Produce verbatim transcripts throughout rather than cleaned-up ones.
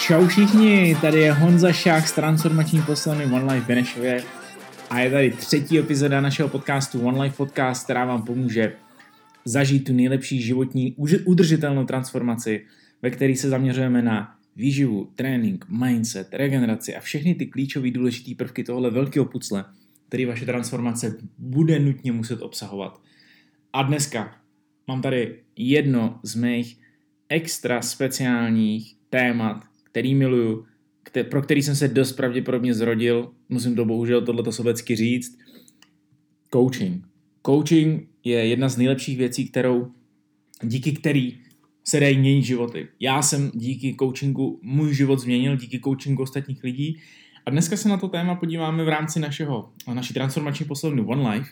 Čau všichni, tady je Honza Šák z transformační poslovny One Life Benešově a je tady třetí epizoda našeho podcastu One Life Podcast, která vám pomůže zažít tu nejlepší životní udržitelnou transformaci, ve které se zaměřujeme na výživu, trénink, mindset, regeneraci a všechny ty klíčové důležité prvky tohohle velkého pucle, který vaše transformace bude nutně muset obsahovat. A dneska mám tady jedno z mých extra speciálních témat, který miluju, pro který jsem se dost pravděpodobně zrodil, musím to bohužel tohleto sobecky říct, coaching. Coaching je jedna z nejlepších věcí, kterou, díky který se dají měnit životy. Já jsem díky coachingu můj život změnil, díky coachingu ostatních lidí a dneska se na to téma podíváme v rámci našeho, naší transformační poslovny One Life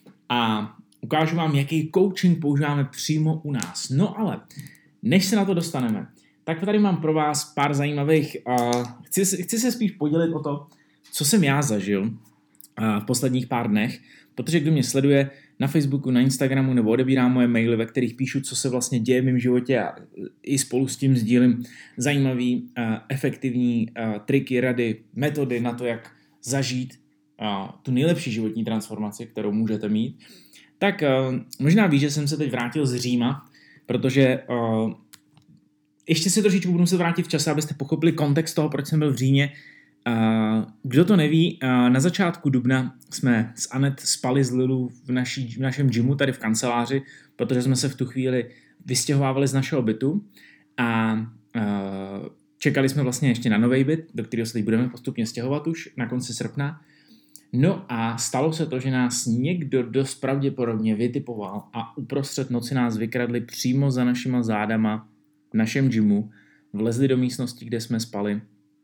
a ukážu vám, jaký coaching používáme přímo u nás. No ale než se na to dostaneme, tak tady mám pro vás pár zajímavých, uh, chci, chci se spíš podělit o to, co jsem já zažil uh, v posledních pár dnech, protože kdo mě sleduje na Facebooku, na Instagramu nebo odebírá moje maily, ve kterých píšu, co se vlastně děje v mém životě a i spolu s tím sdílím zajímavý, uh, efektivní uh, triky, rady, metody na to, jak zažít uh, tu nejlepší životní transformaci, kterou můžete mít, tak uh, možná víš, že jsem se teď vrátil z Říma, protože uh, ještě si trošičku budu se vrátit v čase, abyste pochopili kontext toho, proč jsem byl v Římě. Uh, kdo to neví, uh, na začátku dubna jsme s Anet spali z Lilu v, naší, v našem gymu tady v kanceláři, protože jsme se v tu chvíli vystěhovávali z našeho bytu a uh, čekali jsme vlastně ještě na nový byt, do kterého se teď budeme postupně stěhovat už na konci srpna. No a stalo se to, že nás někdo dost pravděpodobně vytipoval a uprostřed noci nás vykradli přímo za našima zádama v našem gymu, vlezli do místnosti, kde jsme spali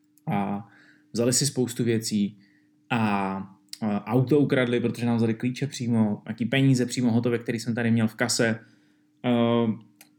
a vzali si spoustu věcí a, a auto ukradli, protože nám vzali klíče přímo, jaký peníze přímo hotové, který jsem tady měl v kase. Uh,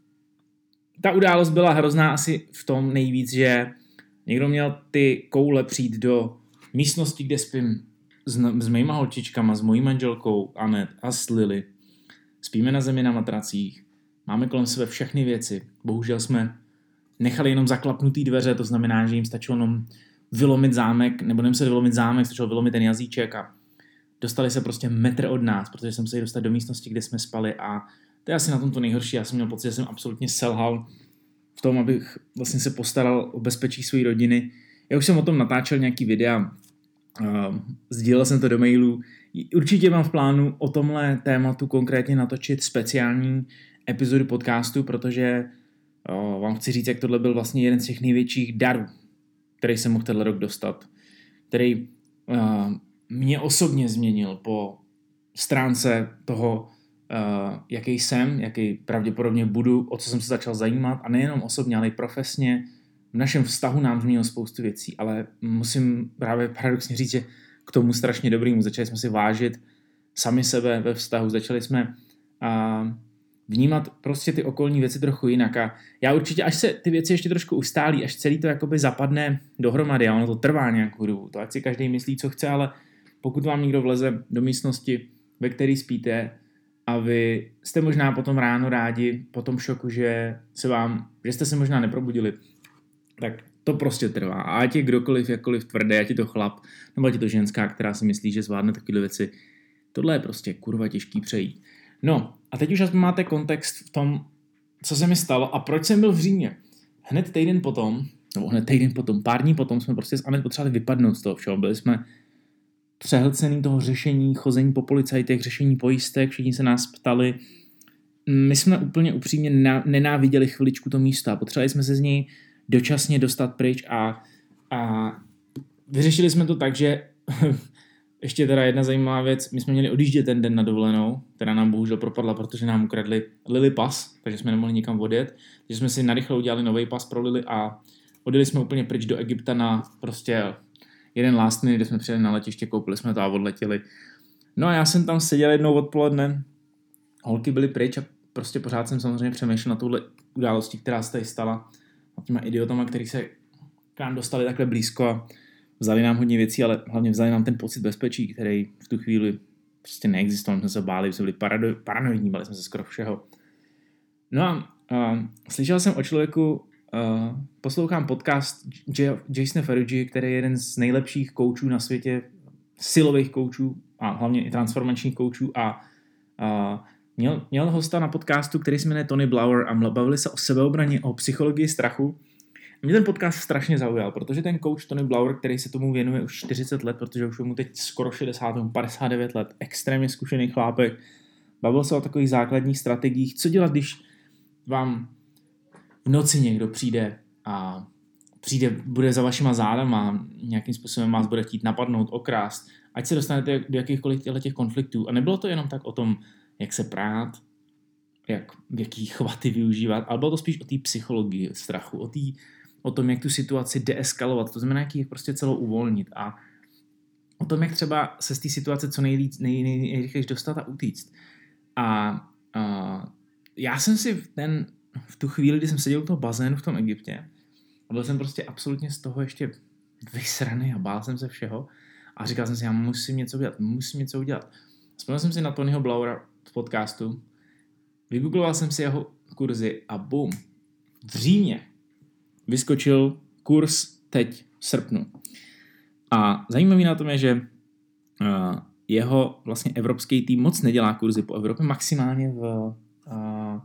ta událost byla hrozná asi v tom nejvíc, že někdo měl ty koule přijít do místnosti, kde spím s, s mýma holčičkama, s mojí manželkou Anet a s Lily. Spíme na zemi na matracích. Máme kolem sebe všechny věci. Bohužel jsme nechali jenom zaklapnutý dveře, to znamená, že jim stačilo jenom vylomit zámek, nebo nemuseli vylomit zámek, stačilo vylomit ten jazyček a dostali se prostě metr od nás, protože jsem se jich dostal do místnosti, kde jsme spali a to je asi na tom to nejhorší. Já jsem měl pocit, že jsem absolutně selhal v tom, abych vlastně se postaral o bezpečí své rodiny. Já už jsem o tom natáčel nějaký videa, uh, sdílel jsem to do mailů. Určitě mám v plánu o tomhle tématu konkrétně natočit speciální epizodu podcastu, protože o, vám chci říct, jak tohle byl vlastně jeden z těch největších darů, který jsem mohl tenhle rok dostat, který uh, mě osobně změnil po stránce toho, uh, jaký jsem, jaký pravděpodobně budu, o co jsem se začal zajímat a nejenom osobně, ale i profesně. V našem vztahu nám změnil spoustu věcí, ale musím právě paradoxně říct, že k tomu strašně dobrýmu. Začali jsme si vážit sami sebe ve vztahu, začali jsme uh, vnímat prostě ty okolní věci trochu jinak a já určitě, až se ty věci ještě trošku ustálí, až celý to jakoby zapadne dohromady a ono to trvá nějakou dobu, to ať si každý myslí, co chce, ale pokud vám někdo vleze do místnosti, ve které spíte a vy jste možná potom ráno rádi, po tom šoku, že se vám, že jste se možná neprobudili, tak to prostě trvá. A ať je kdokoliv, jakkoliv tvrdý, ať je to chlap, nebo ať je to ženská, která si myslí, že zvládne takové věci, tohle je prostě kurva těžký přejít. No, a teď už aspoň máte kontext v tom, co se mi stalo a proč jsem byl v Římě. Hned týden potom, nebo hned týden potom, pár dní potom jsme prostě s Anet potřebovali vypadnout z toho všeho. Byli jsme přehlcený toho řešení, chození po policajtech, řešení pojistek, všichni se nás ptali. My jsme úplně upřímně nenáviděli chviličku to místo a potřebovali jsme se z něj dočasně dostat pryč a, a vyřešili jsme to tak, že ještě teda jedna zajímavá věc, my jsme měli odjíždět ten den na dovolenou, která nám bohužel propadla, protože nám ukradli Lily pas, takže jsme nemohli nikam odjet, takže jsme si narychlo udělali nový pas pro Lily a odjeli jsme úplně pryč do Egypta na prostě jeden last minute, kde jsme přijeli na letiště, koupili jsme to a odletěli. No a já jsem tam seděl jednou odpoledne, holky byly pryč a prostě pořád jsem samozřejmě přemýšlel na touhle událostí, která se tady stala, a těma idiotama, který se k nám dostali takhle blízko a vzali nám hodně věcí, ale hlavně vzali nám ten pocit bezpečí, který v tu chvíli prostě neexistoval. My jsme se báli, jsme byli parano- paranoidní, báli jsme se skoro všeho. No a, a slyšel jsem o člověku, uh, poslouchám podcast J- Jasona Ferruggi, který je jeden z nejlepších koučů na světě, silových koučů a hlavně i transformačních koučů a uh, měl, měl hosta na podcastu, který se jmenuje Tony Blauer a bavili se o sebeobraně, o psychologii strachu. Mě ten podcast strašně zaujal, protože ten coach Tony Blauer, který se tomu věnuje už čtyřicet let, protože už je mu teď skoro šedesát, padesát devět let, extrémně zkušený chlápek, bavil se o takových základních strategiích, co dělat, když vám v noci někdo přijde a přijde, bude za vašima zádama, nějakým způsobem vás bude chtít napadnout, okrást, ať se dostanete do jakýchkoliv těch konfliktů. A nebylo to jenom tak o tom, jak se prát, jak, jaký chvaty využívat, ale bylo to spíš o té psychologii strachu, o, tý, o tom, jak tu situaci deeskalovat, to znamená, jak ji prostě celou uvolnit a o tom, jak třeba se z té situace co nejvíc, nej, nej, nejrychleji dostat a utíct. A, a já jsem si v, ten, v tu chvíli, kdy jsem seděl u toho bazénu v tom Egyptě, a byl jsem prostě absolutně z toho ještě vysraný a bál jsem se všeho a říkal jsem si, já musím něco udělat, musím něco udělat. Vzpomněl jsem si na Tonyho Blauera v podcastu, vygoogloval jsem si jeho kurzy a bum, v Římě vyskočil kurz teď v srpnu. A zajímavý na tom je, že uh, jeho vlastně evropský tým moc nedělá kurzy po Evropě, maximálně v, uh,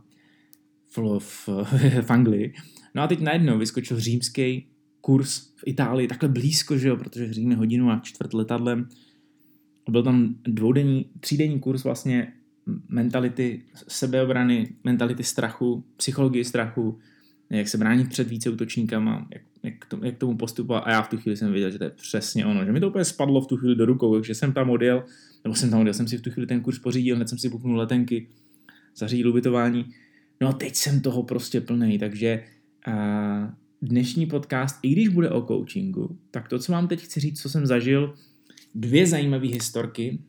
v, v, v Anglii. No a teď najednou vyskočil římský kurz v Itálii, takhle blízko, že jo, protože Řím je hodinu a čtvrt letadlem. Byl tam dvoudenní, třídenní kurz vlastně mentality sebeobrany, mentality strachu, psychologii strachu, jak se bránit před více útočníkama, jak, jak, to, jak tomu postupovat. A já v tu chvíli jsem věděl, že to je přesně ono, že mi to úplně spadlo v tu chvíli do rukou, takže jsem tam odjel, nebo jsem tam odjel, jsem si v tu chvíli ten kurz pořídil, hned jsem si buknul letenky, zařídil ubytování. No a teď jsem toho prostě plnej, takže uh, dnešní podcast, i když bude o coachingu, tak to, co vám teď chci říct, co jsem zažil, dvě zajímavé historky,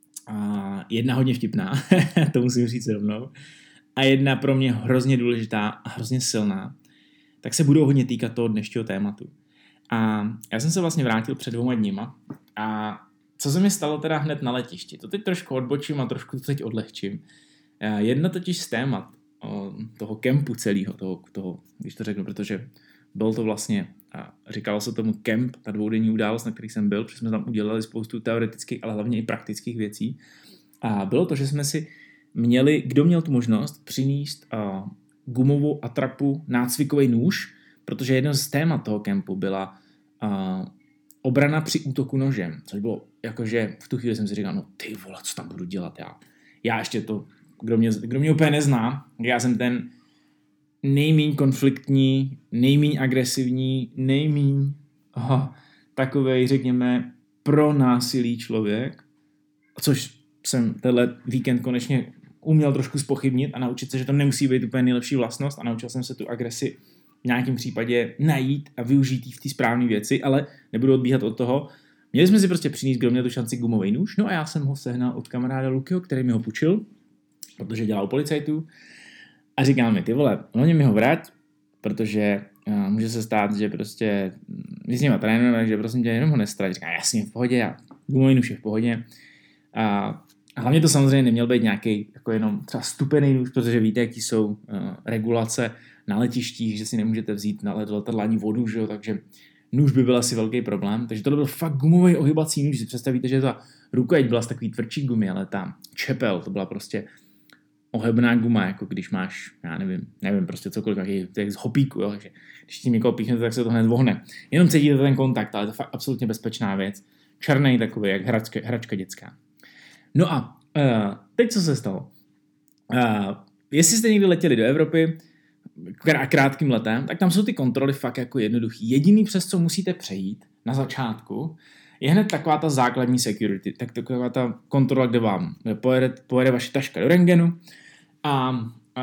a jedna hodně vtipná, to musím říct rovnou, a jedna pro mě hrozně důležitá a hrozně silná, tak se budou hodně týkat toho dnešního tématu. A já jsem se vlastně vrátil před dvouma dníma a co se mi stalo teda hned na letišti, to teď trošku odbočím a trošku to teď odlehčím. Jedna totiž z témat toho kempu celého, toho, toho, když to řeknu, protože byl to vlastně, a říkalo se tomu kemp, ta dvoudenní událost, na který jsem byl, protože jsme tam udělali spoustu teoretických, ale hlavně i praktických věcí. A bylo to, že jsme si měli, kdo měl tu možnost, přinést uh, gumovou atrapu, nácvikový nůž, protože jedno z témat toho kempu byla uh, obrana při útoku nožem, což bylo jakože v tu chvíli jsem si říkal, no ty vole, co tam budu dělat já. Já ještě to, kdo mě, kdo mě úplně nezná, já jsem ten nejmíň konfliktní, nejmíň agresivní, nejmíň aha, takovej, řekněme, pro násilí člověk, což jsem tenhle víkend konečně uměl trošku zpochybnit a naučit se, že to nemusí být úplně nejlepší vlastnost a naučil jsem se tu agresi v nějakém případě najít a využít ji v té správné věci, ale nebudu odbíhat od toho. Měli jsme si prostě přinést, kdo měl tu šanci gumový nůž, no a já jsem ho sehnal od kamaráda Lukyho, který mi ho půjčil, protože dělal u policajtů. A říká mi, ty vole, hlavně mi ho vrať, protože uh, může se stát, že prostě my s nima trénujeme, takže prosím tě, jenom ho nestrať. Říká, jasně, v pohodě, já gumový nůž je v pohodě. A, a hlavně to samozřejmě neměl být nějaký jako jenom třeba stupený nůž, protože víte, jaký jsou uh, regulace na letištích, že si nemůžete vzít na letadla ani vodu, že jo, takže nůž by byl asi velký problém. Takže tohle byl fakt gumový ohybací nůž. Si představíte, že ta rukojeť byla z takový tvrdší gumy, ale ta čepel, to byla prostě ohebná guma, jako když máš, já nevím, nevím, prostě cokoliv, jaký, jak z hopíku, jo, takže když tím někoho píchnete, tak se to hned vohne. Jenom cítíte ten kontakt, ale to je fakt absolutně bezpečná věc. Černý takový, jak hračka, hračka dětská. No a uh, teď co se stalo? Uh, jestli jste někdy letěli do Evropy krátkým letem, tak tam jsou ty kontroly fakt jako jednoduchý. Jediný, přes co musíte přejít na začátku, je hned taková ta základní security, tak taková ta kontrola, kde vám pojede, pojede vaše taška do rentgenu a,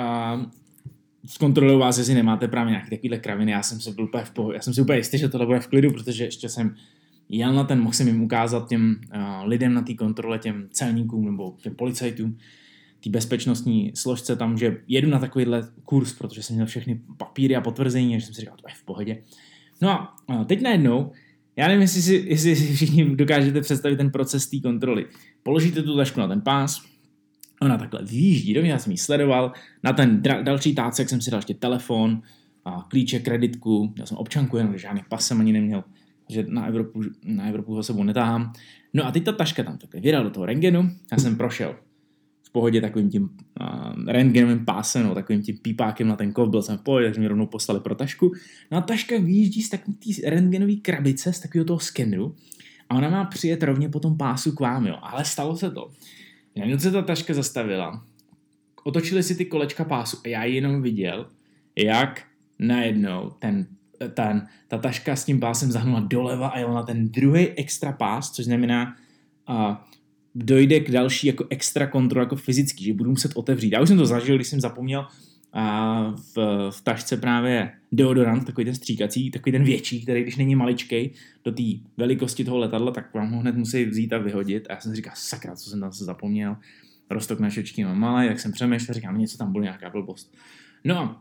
a zkontrolují vás, jestli nemáte právě nějaké takovéhle kraviny. Já jsem, se byl úplně v pohodě, já jsem si úplně jistý, že tohle bude v klidu, protože ještě jsem jel na ten, mohl jsem jim ukázat těm uh, lidem na té kontrole, těm celníkům nebo těm policajtům, té bezpečnostní složce tam, že jedu na takovýhle kurz, protože jsem měl všechny papíry a potvrzení, že jsem si říkal, to je v pohodě. No a uh, teď najednou, já nevím, jestli si, jestli si všichni dokážete představit ten proces té kontroly. Položíte tu tašku na ten pás, ona takhle vyjíždí do mě, já jsem ji sledoval, na ten dra- další tácek jsem si dal ještě telefon, a klíče, kreditku, měl jsem občanku, jenom žádný pas jsem ani neměl, že na Evropu, na Evropu ho sebou netáhám. No a teď ta taška tam takhle vydal do toho rentgenu, já jsem prošel v pohodě takovým tím uh, rentgenovým pásem, no, takovým tím pípákem na ten kov, byl jsem v pohodě, takže mi rovnou poslali pro tašku. No a taška vyjíždí z takové té rentgenové krabice, z takového toho skeneru a ona má přijet rovně po tom pásu k vám, jo. Ale stalo se to. Hned se ta taška zastavila, otočili si ty kolečka pásu a já jenom viděl, jak najednou ten, ten, ta taška s tím pásem zahnula doleva a jela na ten druhý extra pás, což znamená, uh, dojde k další jako extra kontrol jako fyzický, že budu muset otevřít. Já už jsem to zažil, když jsem zapomněl uh, v, v tašce právě deodorant, takový ten stříkací, takový ten větší, který když není maličkej do té velikosti toho letadla, tak vám ho hned musí vzít a vyhodit. A já jsem si říkal, sakra, co jsem tam se zapomněl. Roztok na šočky mám malý, tak jsem přemýšlel, říkám, něco tam bude, nějaká blbost. No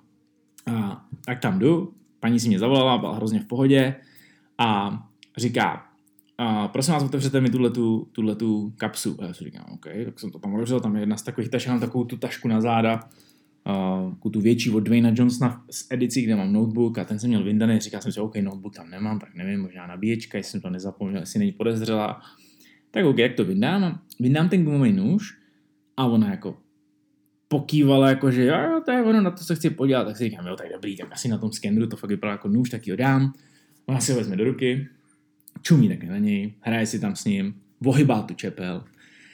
a tak tam jdu, paní si mě zavolala, byla hrozně v pohodě a říká, a prosím vás, otevřete mi tuhletu, tuhletu kapsu. A já si říkám, OK, tak jsem to tam otevřel, tam je jedna z takových tašek, mám takovou tu tašku na záda, uh, tu větší od Dwayna Johnsona z edicí, kde mám notebook a ten jsem měl vyndaný, říkal jsem si, OK, notebook tam nemám, tak nevím, možná nabíječka, jestli jsem to nezapomněl, jestli není podezřelá. Tak OK, jak to vyndám? Vyndám ten gumový nůž a ona jako pokývala, jako že jo, to je ono, na to se chci podívat, tak si říkám, jo, tak dobrý, tak asi na tom skeneru to fakt vypadá jako nůž, tak ji ho dám. Ona si ho vezme do ruky, čumí taky na něj, hraje si tam s ním, ohybá tu čepel.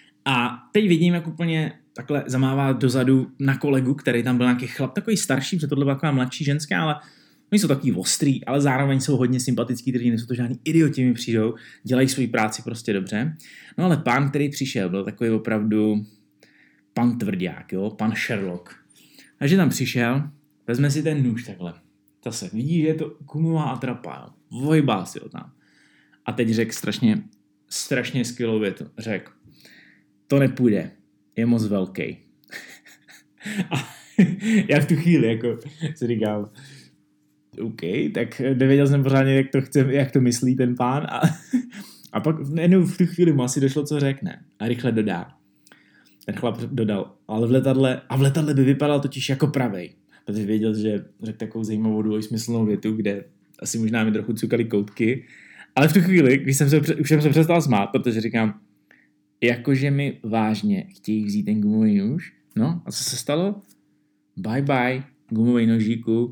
A teď vidím, jak úplně takhle zamává dozadu na kolegu, který tam byl nějaký chlap, takový starší, protože tohle byla taková mladší ženská, ale oni jsou takový ostrý, ale zároveň jsou hodně sympatický, kteří nejsou to žádný idioti, mi přijdou, dělají svoji práci prostě dobře. No ale pán, který přišel, byl takový opravdu pan tvrdák, jo, pan Sherlock. Takže tam přišel, vezme si ten nůž takhle. Zase vidí, že je to gumová atrapa, jo, ohybá si ho tam. A teď řekl strašně, strašně skvělou větu. Řekl, to nepůjde, je moc velký. A já v tu chvíli jako si říkám, OK, tak nevěděl jsem pořádně, jak to, chce, jak to myslí ten pán. A, a pak nejenom v tu chvíli mu asi došlo, co řekne. A rychle dodá. Ten chlap dodal, ale v letadle, a v letadle by vypadal totiž jako pravej. Protože věděl, že řekl takovou zajímavou dvojsmyslnou větu, kde asi možná mi trochu cukali koutky. Ale v tu chvíli, když jsem se, už jsem se přestal smát, protože říkám, jakože mi vážně chtějí vzít ten gumový nůž. No a co se stalo? Bye bye, gumový nožíku.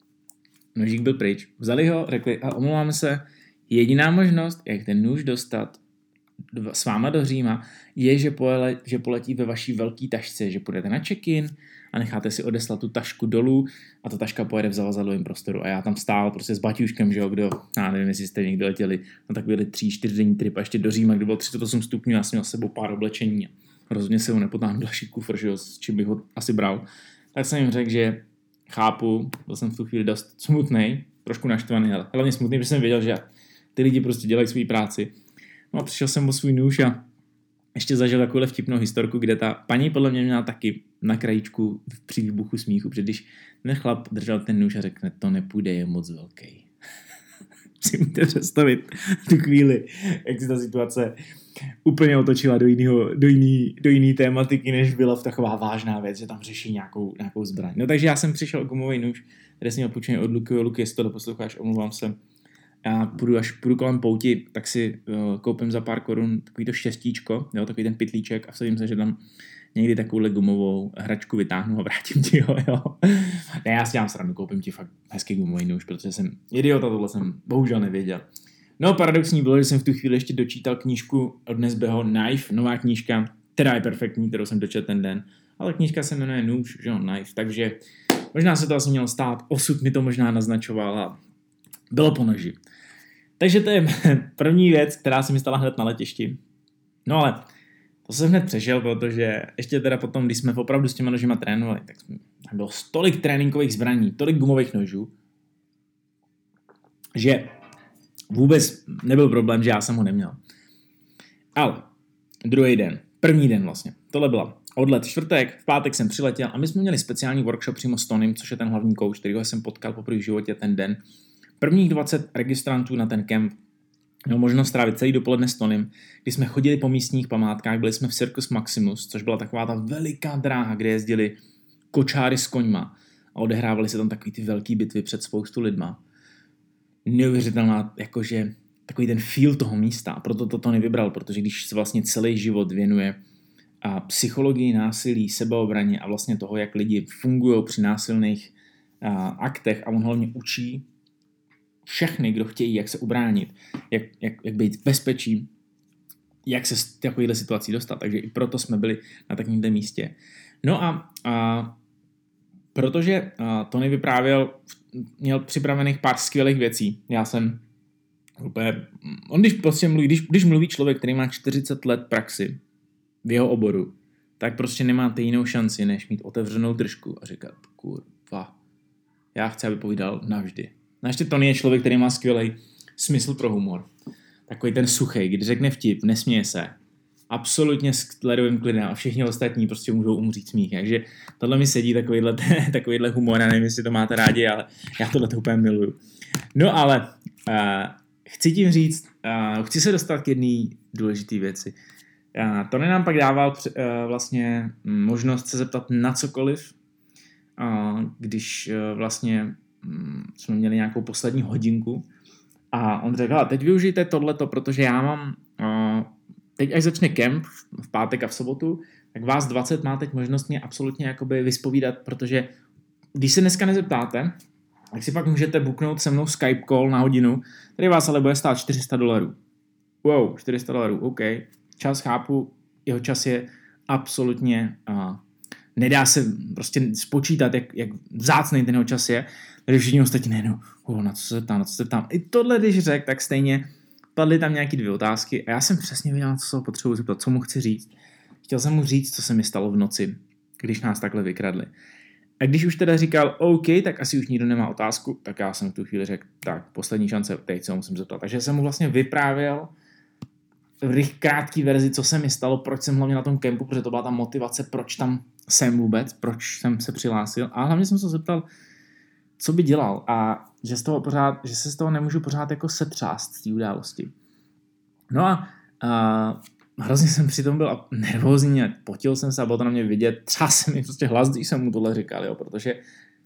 Nožík byl pryč. Vzali ho, řekli, a omlouváme se, jediná možnost, jak ten nůž dostat s váma do Říma, je, že, pojele, že poletí ve vaší velký tašce, že půjdete na check-in a necháte si odeslat tu tašku dolů a ta taška pojede v zavazadlovém prostoru. A já tam stál prostě s baťuškem, že jo, kdo, já nevím, jestli jste někdy letěli na takový tři čtyři denní trip a ještě do Říma, kdy bylo třicet osm stupňů, já jsem měl s sebou pár oblečení a rozhodně se ho nepotáhnu další kufr, že jo, s čím bych ho asi bral. Tak jsem jim řekl, že chápu, byl jsem v tu chvíli dost smutnej, trošku naštvaný, ale hlavně smutný, protože jsem věděl, že ty lidi prostě dělají svou práci. No a přišel jsem o svůj nůž a ještě zažil takovou vtipnou historku, kde ta paní podle mě měla taky na krajíčku při výbuchu smíchu, protože když ten chlap držel ten nůž a řekne, to nepůjde, je moc velký. Si můžete představit tu chvíli, jak se ta situace úplně otočila do jiného, do jiný, do jiný tématiky, než byla v taková vážná věc, že tam řeší nějakou, nějakou zbraň. No takže já jsem přišel o gumový nůž, který jsem měl půjčený od Luky, Luky, jestli to posloucháš, omlouvám se. Já půjdu, až půjdu kolem pouti, tak si uh, koupím za pár korun takový to štěstíčko, jo, takový ten pytlíček a vsadím se, že tam někdy takovouhle gumovou hračku vytáhnu a vrátím ti ho, jo. Ne, já si dělám srandu, koupím ti fakt hezký gumový nůž, protože jsem idiot a tohle jsem bohužel nevěděl. No paradoxní bylo, že jsem v tu chvíli ještě dočítal knížku od Nesbeho Knife, nová knížka, která je perfektní, kterou jsem dočetl ten den, ale knížka se jmenuje Nůž, že jo, Knife, takže možná se to asi mělo stát, osud mi to možná naznačoval a bylo po noži. Takže to je první věc, která se mi stala hned na letišti. No ale to jsem hned přešel, protože ještě teda potom, když jsme opravdu s těma nožima trénovali, tak tam bylo tolik tréninkových zbraní, tolik gumových nožů, že vůbec nebyl problém, že já jsem ho neměl. Ale druhý den, první den vlastně, tohle byla odlet čtvrtek, v pátek jsem přiletěl a my jsme měli speciální workshop přímo s Tonym, což je ten hlavní coach, kterýho jsem potkal poprvé v životě ten den. Prvních dvacet registrantů na ten kemp měl možnost strávit celý dopoledne s Tonym, kdy jsme chodili po místních památkách, byli jsme v Circus Maximus, což byla taková ta veliká dráha, kde jezdili kočáry s koňma a odehrávaly se tam takový ty velký bitvy před spoustu lidma. Neuvěřitelná, jakože takový ten feel toho místa. A proto to Tony vybral, protože když se vlastně celý život věnuje a psychologii násilí, sebeobraně a vlastně toho, jak lidi fungují při násilných a, aktech a on hlavně učí všechny, kdo chtějí, jak se ubránit, jak, jak, jak být v bezpečí, jak se z takovéhle situací dostat. Takže i proto jsme byli na takovémhle místě. No a, a protože a, Tony vyprávěl, měl připravených pár skvělých věcí. Já jsem úplně, on když prostě mluví, když, když mluví člověk, který má čtyřicet let praxi v jeho oboru, tak prostě nemáte jinou šanci, než mít otevřenou držku a říkat, kurva, já chci, aby povídal navždy. No ještě Tony je člověk, který má skvělý smysl pro humor. Takový ten suchej, když řekne vtip, nesměje se. Absolutně s ledovým klidem a všichni ostatní prostě můžou umřít smích. Takže tohle mi sedí takovýhle, takovýhle humor, já nevím, jestli to máte rádi, ale já tohle to úplně miluju. No ale uh, chci tím říct, uh, chci se dostat k jedné důležité věci. Uh, Tony nám pak dával uh, vlastně možnost se zeptat na cokoliv, uh, když uh, vlastně um, jsme měli nějakou poslední hodinku a on řekl, teď využijte tohleto, protože já mám, uh, teď až začne kemp v pátek a v sobotu, tak vás dvacet má teď možnost mě absolutně jakoby vyspovídat, protože když se dneska nezeptáte, tak si pak můžete booknout se mnou Skype call na hodinu, který vás ale bude stát čtyři sta dolarů. Wow, čtyři sta dolarů, OK. Čas chápu, jeho čas je absolutně, uh, nedá se prostě spočítat, jak, jak vzácnej ten jeho čas je, takže všichni ostatní nejenom, oh, na co se ptám, na co se ptám. I tohle, když řekl, tak stejně padly tam nějaký dvě otázky a já jsem přesně věděl, na co se ho potřebuji zeptat, co mu chci říct. Chtěl jsem mu říct, co se mi stalo v noci, když nás takhle vykradli. A když už teda říkal, OK, tak asi už nikdo nemá otázku, tak já jsem v tu chvíli řekl, tak poslední šance, teď se ho musím zeptat. Takže jsem mu vlastně vyprávěl v krátký verzi, co se mi stalo, proč jsem hlavně na tom kempu, protože to byla ta motivace, proč tam jsem vůbec, proč jsem se přihlásil. A hlavně jsem se zeptal, co by dělal a že, z toho pořád, že se z toho nemůžu pořád jako setřást z té události. No a, a hrozně jsem přitom byl nervózní a potil jsem se a bylo to na mě vidět. Třeba se mi prostě hlas, když jsem mu tohle říkal, jo, protože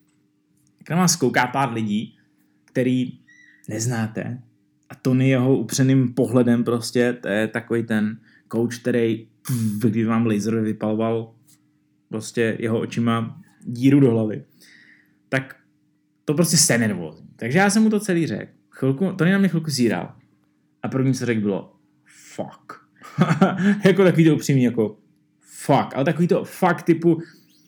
k nás kouká pár lidí, který neznáte a Tony jeho upřeným pohledem prostě, to je takový ten coach, který když vám laser vypaloval prostě jeho očima díru do hlavy. Tak to prostě jste nervózní. Takže já jsem mu to celý řekl. Chvilku, Tony na mě chvilku zíral. A první, co řekl, bylo fuck. Jako takový to upřímný, jako fuck. Ale takový to fuck typu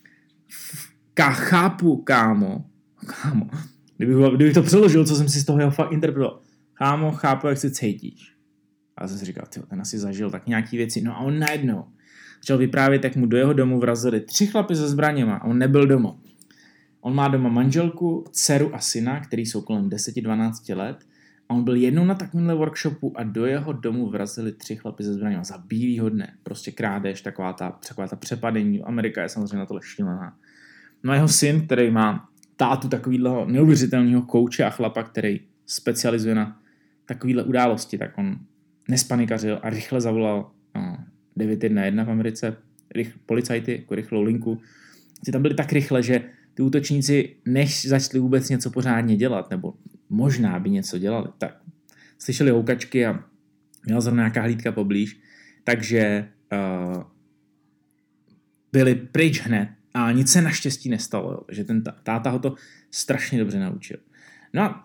ká, chápu, kámo. Kámo. Kdybych, kdybych to přeložil, co jsem si z toho jeho fakt interpretoval. Kámo, chápu, jak se cítíš. A já jsem si říkal, tyjo, ten asi zažil tak nějaký věci. No a on najednou začal vyprávět, jak mu do jeho domu vrazili tři chlapy se zbraněma a on nebyl doma. On má doma manželku, dceru a syna, který jsou kolem deset dvanáct let. A on byl jednou na takovémhle workshopu a do jeho domu vrazili tři chlapy se zbraněma za bílýho dne. Prostě krádež, taková ta, taková ta přepadení. Amerika je samozřejmě na tohle šílená. No a jeho syn, který má tátu takovýhleho neuvěřitelného kouče a chlapa, který specializuje na takovýhle události, tak on nespanikařil a rychle zavolal no, devět jedna jedna v Americe, rych, policajty, jako rychlou linku. Ty tam byli tak rychle, že ty útočníci, než začali vůbec něco pořádně dělat, nebo možná by něco dělali, tak slyšeli houkačky a měla zrovna nějaká hlídka poblíž, takže uh, byli pryč hned a nic se naštěstí nestalo, jo. Takže ten táta ho to strašně dobře naučil. No a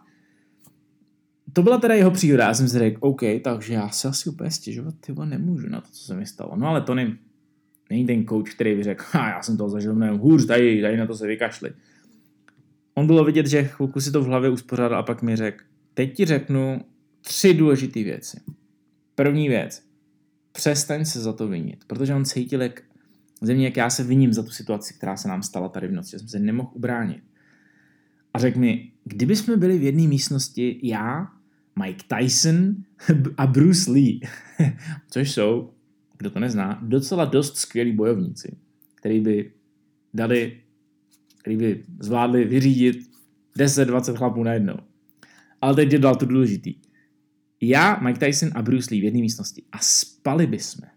to byla teda jeho příhoda, já jsem si řekl, OK, takže já se asi úplně stěžovat, tyvo, nemůžu na to, co se mi stalo. No ale Tony není ten coach, který by řekl, ha, já jsem toho zažil mnohem hůř, tady, tady na to se vykašli. On bylo vidět, že chvilku si to v hlavě uspořádal a pak mi řekl, teď ti řeknu tři důležité věci. První věc, přestaň se za to vinit, protože on cítil, jak země, jak já se viním za tu situaci, která se nám stala tady v noci, že jsem se nemohl ubránit. A řekl mi, kdyby jsme byli v jedné místnosti, já, Mike Tyson a Bruce Lee, což jsou, kdo to nezná, docela dost skvělí bojovníci, který by dali, který by zvládli vyřídit deset dvacet chlapů najednou. Ale teď je dal to důležitý. Já, Mike Tyson a Bruce Lee v jedné místnosti a spali bychom,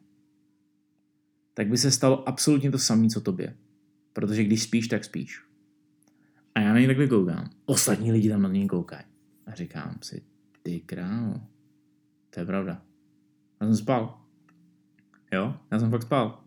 tak by se stalo absolutně to samé, co tobě. Protože když spíš, tak spíš. A A já na něj takhle koukám. Ostatní lidi tam na něj koukají. A říkám si, ty krávo, to je pravda. Já jsem spal. Jo, já jsem fakt spal.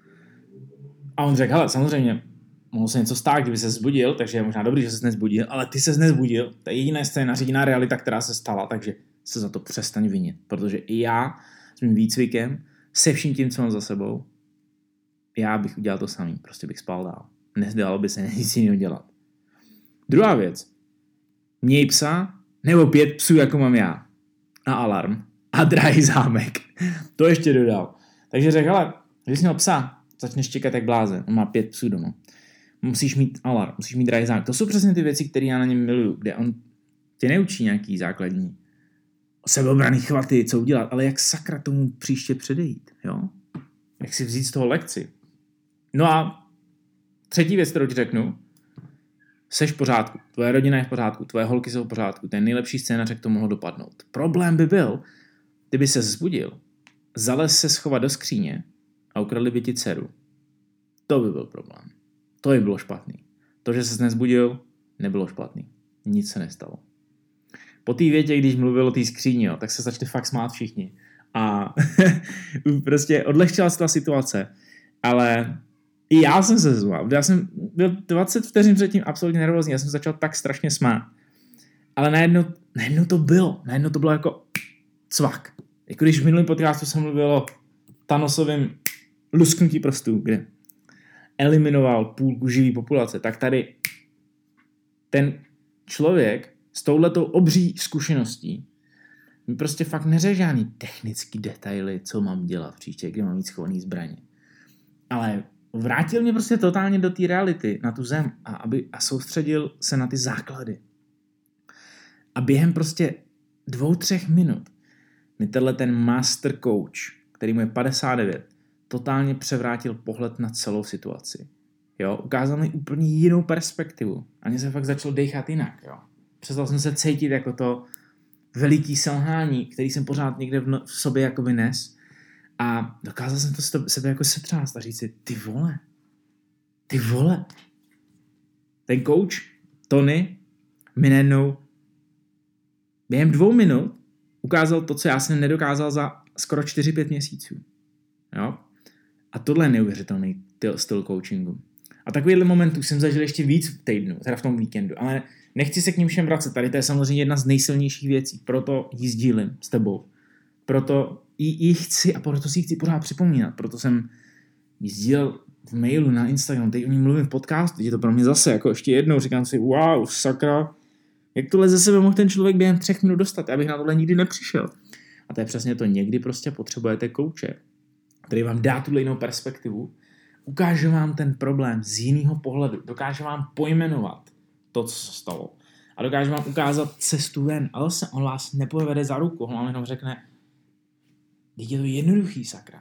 A on řekl, hele, samozřejmě, mohlo se něco stát, kdyby se zbudil, takže je možná dobrý, že se nezbudil, ale ty se nezbudil. To je jediná scénář, jediná realita, která se stala, takže se za to přestaň vinit. Protože i já s mým výcvikem, se vším tím, co mám za sebou, já bych udělal to samý, prostě bych spal dál. Nezdalo by se nic jiného dělat. Druhá věc. Měj psa, nebo pět psů, jako mám já. A alarm. A drahý zámek. To ještě dodal. Takže řekl, hele, když jsi měl psa, začneš čekat jak blázen. On má pět psů doma. Musíš mít alarm, musíš mít drahý zámek. To jsou přesně ty věci, které já na něm miluju, kde on tě neučí nějaký základní sebeobraný chvaty, co udělat, ale jak sakra tomu příště předejít, jo? Jak si vzít z toho lekci. No a třetí věc, kterou ti řeknu, seš v pořádku, tvoje rodina je v pořádku, tvoje holky jsou v pořádku, ten nejlepší scénář, jak to mohlo dopadnout. Problém by byl, kdyby se zbudil, zalez se schovat do skříně a ukradli by ti dceru. To by byl problém. To by bylo špatný. To, že ses nezbudil, nebylo špatný. Nic se nestalo. Po té větě, když mluvil o té skříni, jo, tak se začali fakt smát všichni. A prostě odlehčila se ta situace. Ale i já jsem se zval. Já jsem byl dvacet vteřin předtím absolutně nervózní. Já jsem začal tak strašně smát. Ale najednou, najednou to bylo. Najednou to bylo jako cvak. Jako když v minulém podcastu jsem mluvil o Thanosovém lusknutí prstů, kde eliminoval půlku živý populace, tak tady ten člověk s touhletou obří zkušeností mi prostě fakt neřekl žádný technický detaily, co mám dělat příště, kde mám mít schovaný zbraně. Ale vrátil mě prostě totálně do té reality, na tu zem a, aby, a soustředil se na ty základy. A během prostě dvou, třech minut mi tenhle ten master coach, který mu je padesát devět, totálně převrátil pohled na celou situaci. Jo, ukázal mi úplně jinou perspektivu. A mě se fakt začalo dechat jinak, jo. Přestal jsem se cítit jako to veliký selhání, který jsem pořád někde v, no, v sobě jakoby nes. A dokázal jsem to z sebe jako setřást a říct si, ty vole, ty vole. Ten coach, Tony, mi najednou během dvou minut ukázal to, co já jsem nedokázal za skoro čtyři pět měsíců. Jo? A tohle je neuvěřitelný styl coachingu. A takovýhle momentů jsem zažil ještě víc v týdnu, teda v tom víkendu, ale nechci se k ním všem vracet. Tady to je samozřejmě jedna z nejsilnějších věcí, proto ji sdílím s tebou. Proto ji chci a proto si ji chci pořád připomínat. Proto jsem ji sdílel v mailu, na Instagram, teď o ní mluvím v podcastu, je to pro mě zase jako ještě jednou, říkám si, wow, sakra, jak tohle ze sebe mohl ten člověk během třech minut dostat, já bych na tohle nikdy nepřišel. A to je přesně to, někdy prostě potřebujete kouče, který vám dá tuhle jinou perspektivu, ukáže vám ten problém z jiného pohledu, dokáže vám pojmenovat to, co se stalo a dokáže vám ukázat cestu ven, ale se on vás nepovede za ruku, on vám jenom řekne, teď je to jednoduchý, sakra.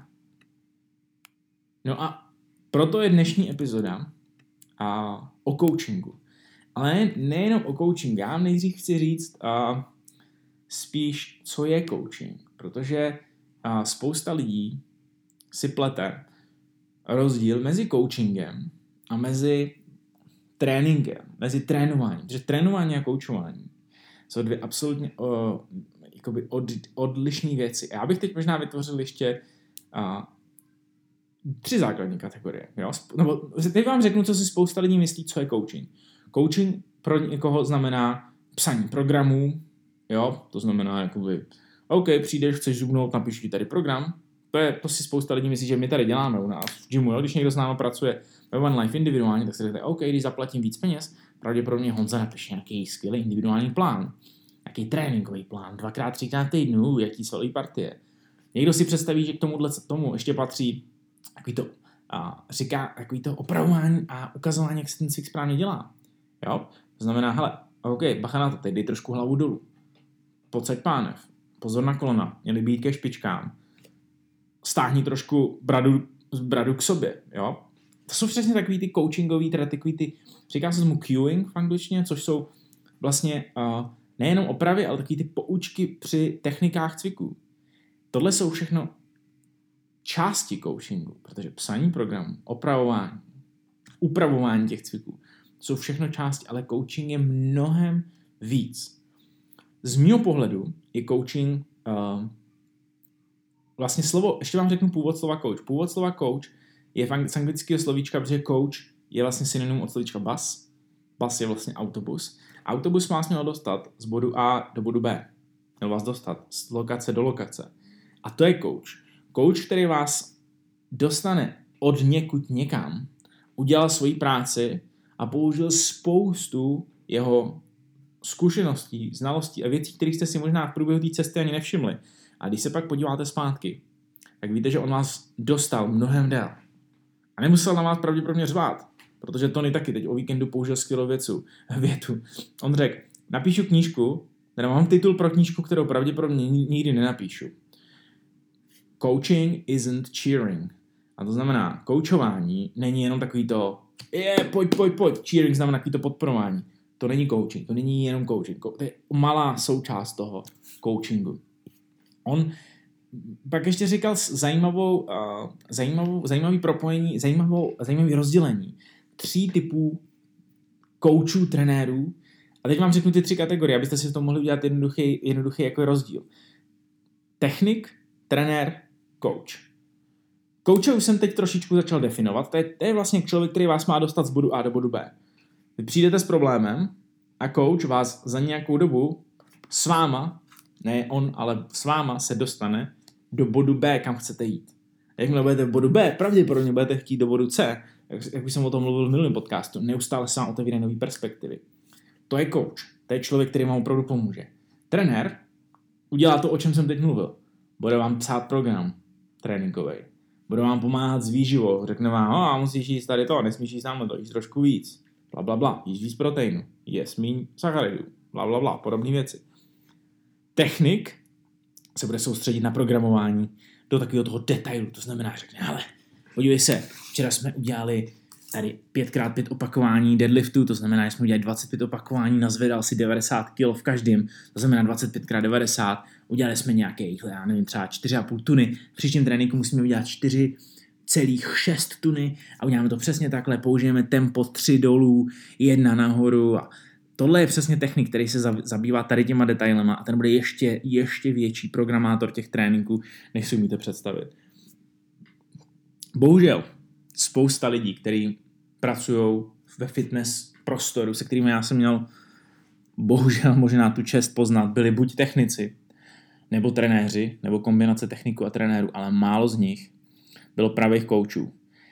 No a proto je dnešní epizoda a, o coachingu. Ale nejenom o coachingu, já nejdřív chci říct a, spíš, co je coaching, protože a, spousta lidí si plete rozdíl mezi coachingem a mezi tréninkem, mezi trénováním. Protože trénování a koučování jsou dvě absolutně uh, jakoby od, odlišné věci. Já bych teď možná vytvořil ještě uh, tři základní kategorie. Jo? Nebo teď vám řeknu, co si spousta lidí myslí, co je coaching. Coaching pro někoho znamená psaní programů, jo? To znamená, jakoby, OK, přijdeš, chceš zubnout, napiš ti tady program. To, je, to si spousta lidí myslí, že my tady děláme u nás v gymu, jo? Když někdo s námi pracuje ve One Life individuálně, tak si řekne, OK, když zaplatím víc peněz, pravděpodobně Honza napíše nějaký skvělý individuální plán, nějaký tréninkový plán, dvakrát, třikrát týdnu, jaký svalový partie. Někdo si představí, že k tomuhle tomu ještě patří takový to, a říká, takový to opravování a ukazování, jak se ten cvik správně dělá. Jo? To znamená, hele, OK, bacha na to, teď dej trošku hlavu dolů. Podsaď pánev, pozor na kolena, měli být ke špičkám. Stáhni trošku bradu, bradu k sobě, jo. To jsou přesně takový ty coachingový, teda takový ty, říká se tomu cueing v angličtině, což jsou vlastně uh, nejenom opravy, ale takový ty poučky při technikách cviků. Tohle jsou všechno části coachingu, protože psaní programu, opravování, upravování těch cviků, jsou všechno části, ale coaching je mnohem víc. Z mýho pohledu je coaching uh, vlastně slovo, ještě vám řeknu původ slova coach. Původ slova coach je z anglického slovíčka, protože coach je vlastně synonym od slovíčka bus. Bus je vlastně autobus. Autobus vás měl dostat z bodu A do bodu B. Měl vás dostat z lokace do lokace. A to je coach. Coach, který vás dostane od někud někam, udělal svoji práci a použil spoustu jeho zkušeností, znalostí a věcí, kterých jste si možná v průběhu té cesty ani nevšimli. A když se pak podíváte zpátky, tak víte, že on vás dostal mnohem dál. A nemusel na vás pravděpodobně řvát, protože Tony taky teď o víkendu použil skvělou věcu, větu. On řekl, napíšu knížku, teda mám titul pro knížku, kterou pravděpodobně nikdy nenapíšu. Coaching isn't cheering. A to znamená, koučování není jenom takový to, je, pojď, pojď, pojď. Cheering znamená takový to podporování. To není coaching, to není jenom coaching. To je malá součást toho coachingu. On pak ještě říkal zajímavou, uh, zajímavou, zajímavý propojení, zajímavou, zajímavý rozdělení tří typů koučů, trenérů. A teď vám řeknu ty tři kategorie, abyste si to mohli udělat jednoduchý, jednoduchý jako rozdíl. Technik, trenér, coach. Kouče už jsem teď trošičku začal definovat. To je, to je vlastně člověk, který vás má dostat z bodu A do bodu B. Vy přijdete s problémem a coach vás za nějakou dobu s váma, ne on, ale s váma se dostane do bodu B, kam chcete jít. A jakmile budete v bodu B, pravděpodobně budete chtít do bodu C, jak, jak už jsem o tom mluvil v minulém podcastu, neustále se vám otevírají nové perspektivy. To je coach. To je člověk, který vám opravdu pomůže. Trenér udělá to, o čem jsem teď mluvil. Bude vám psát program tréninkový. Bude vám pomáhat s výživou. Řekne vám, a musíš jíst tady to, nesmíš jíst tamhle to, jíst trošku víc. Bla, bla, bla. Jíst víc proteinu. Jíst míň sacharidů. Bla, bla, bla. Podobné věci. Technik se bude soustředit na programování do takového toho detailu. To znamená, řekne, ale podívej se, včera jsme udělali tady pět krát pět opakování deadliftu, to znamená, že jsme udělali dvacet pět opakování, nazvedal si devadesát kilo v každém, to znamená dvacet pět krát devadesát, udělali jsme nějaké, já nevím, třeba čtyři a půl tuny, v příštím tréninku musíme udělat čtyři celá šest tuny a uděláme to přesně takhle, použijeme tempo tři dolů, jedna nahoru a tohle je přesně technik, který se zabývá tady těma detailema a ten bude ještě, ještě větší programátor těch tréninků, než si umíte představit. Bohužel, spousta lidí, kteří pracují ve fitness prostoru, se kterými já jsem měl bohužel možná tu čest poznat, byli buď technici, nebo trenéři, nebo kombinace techniků a trenérů, ale málo z nich bylo pravých koučů.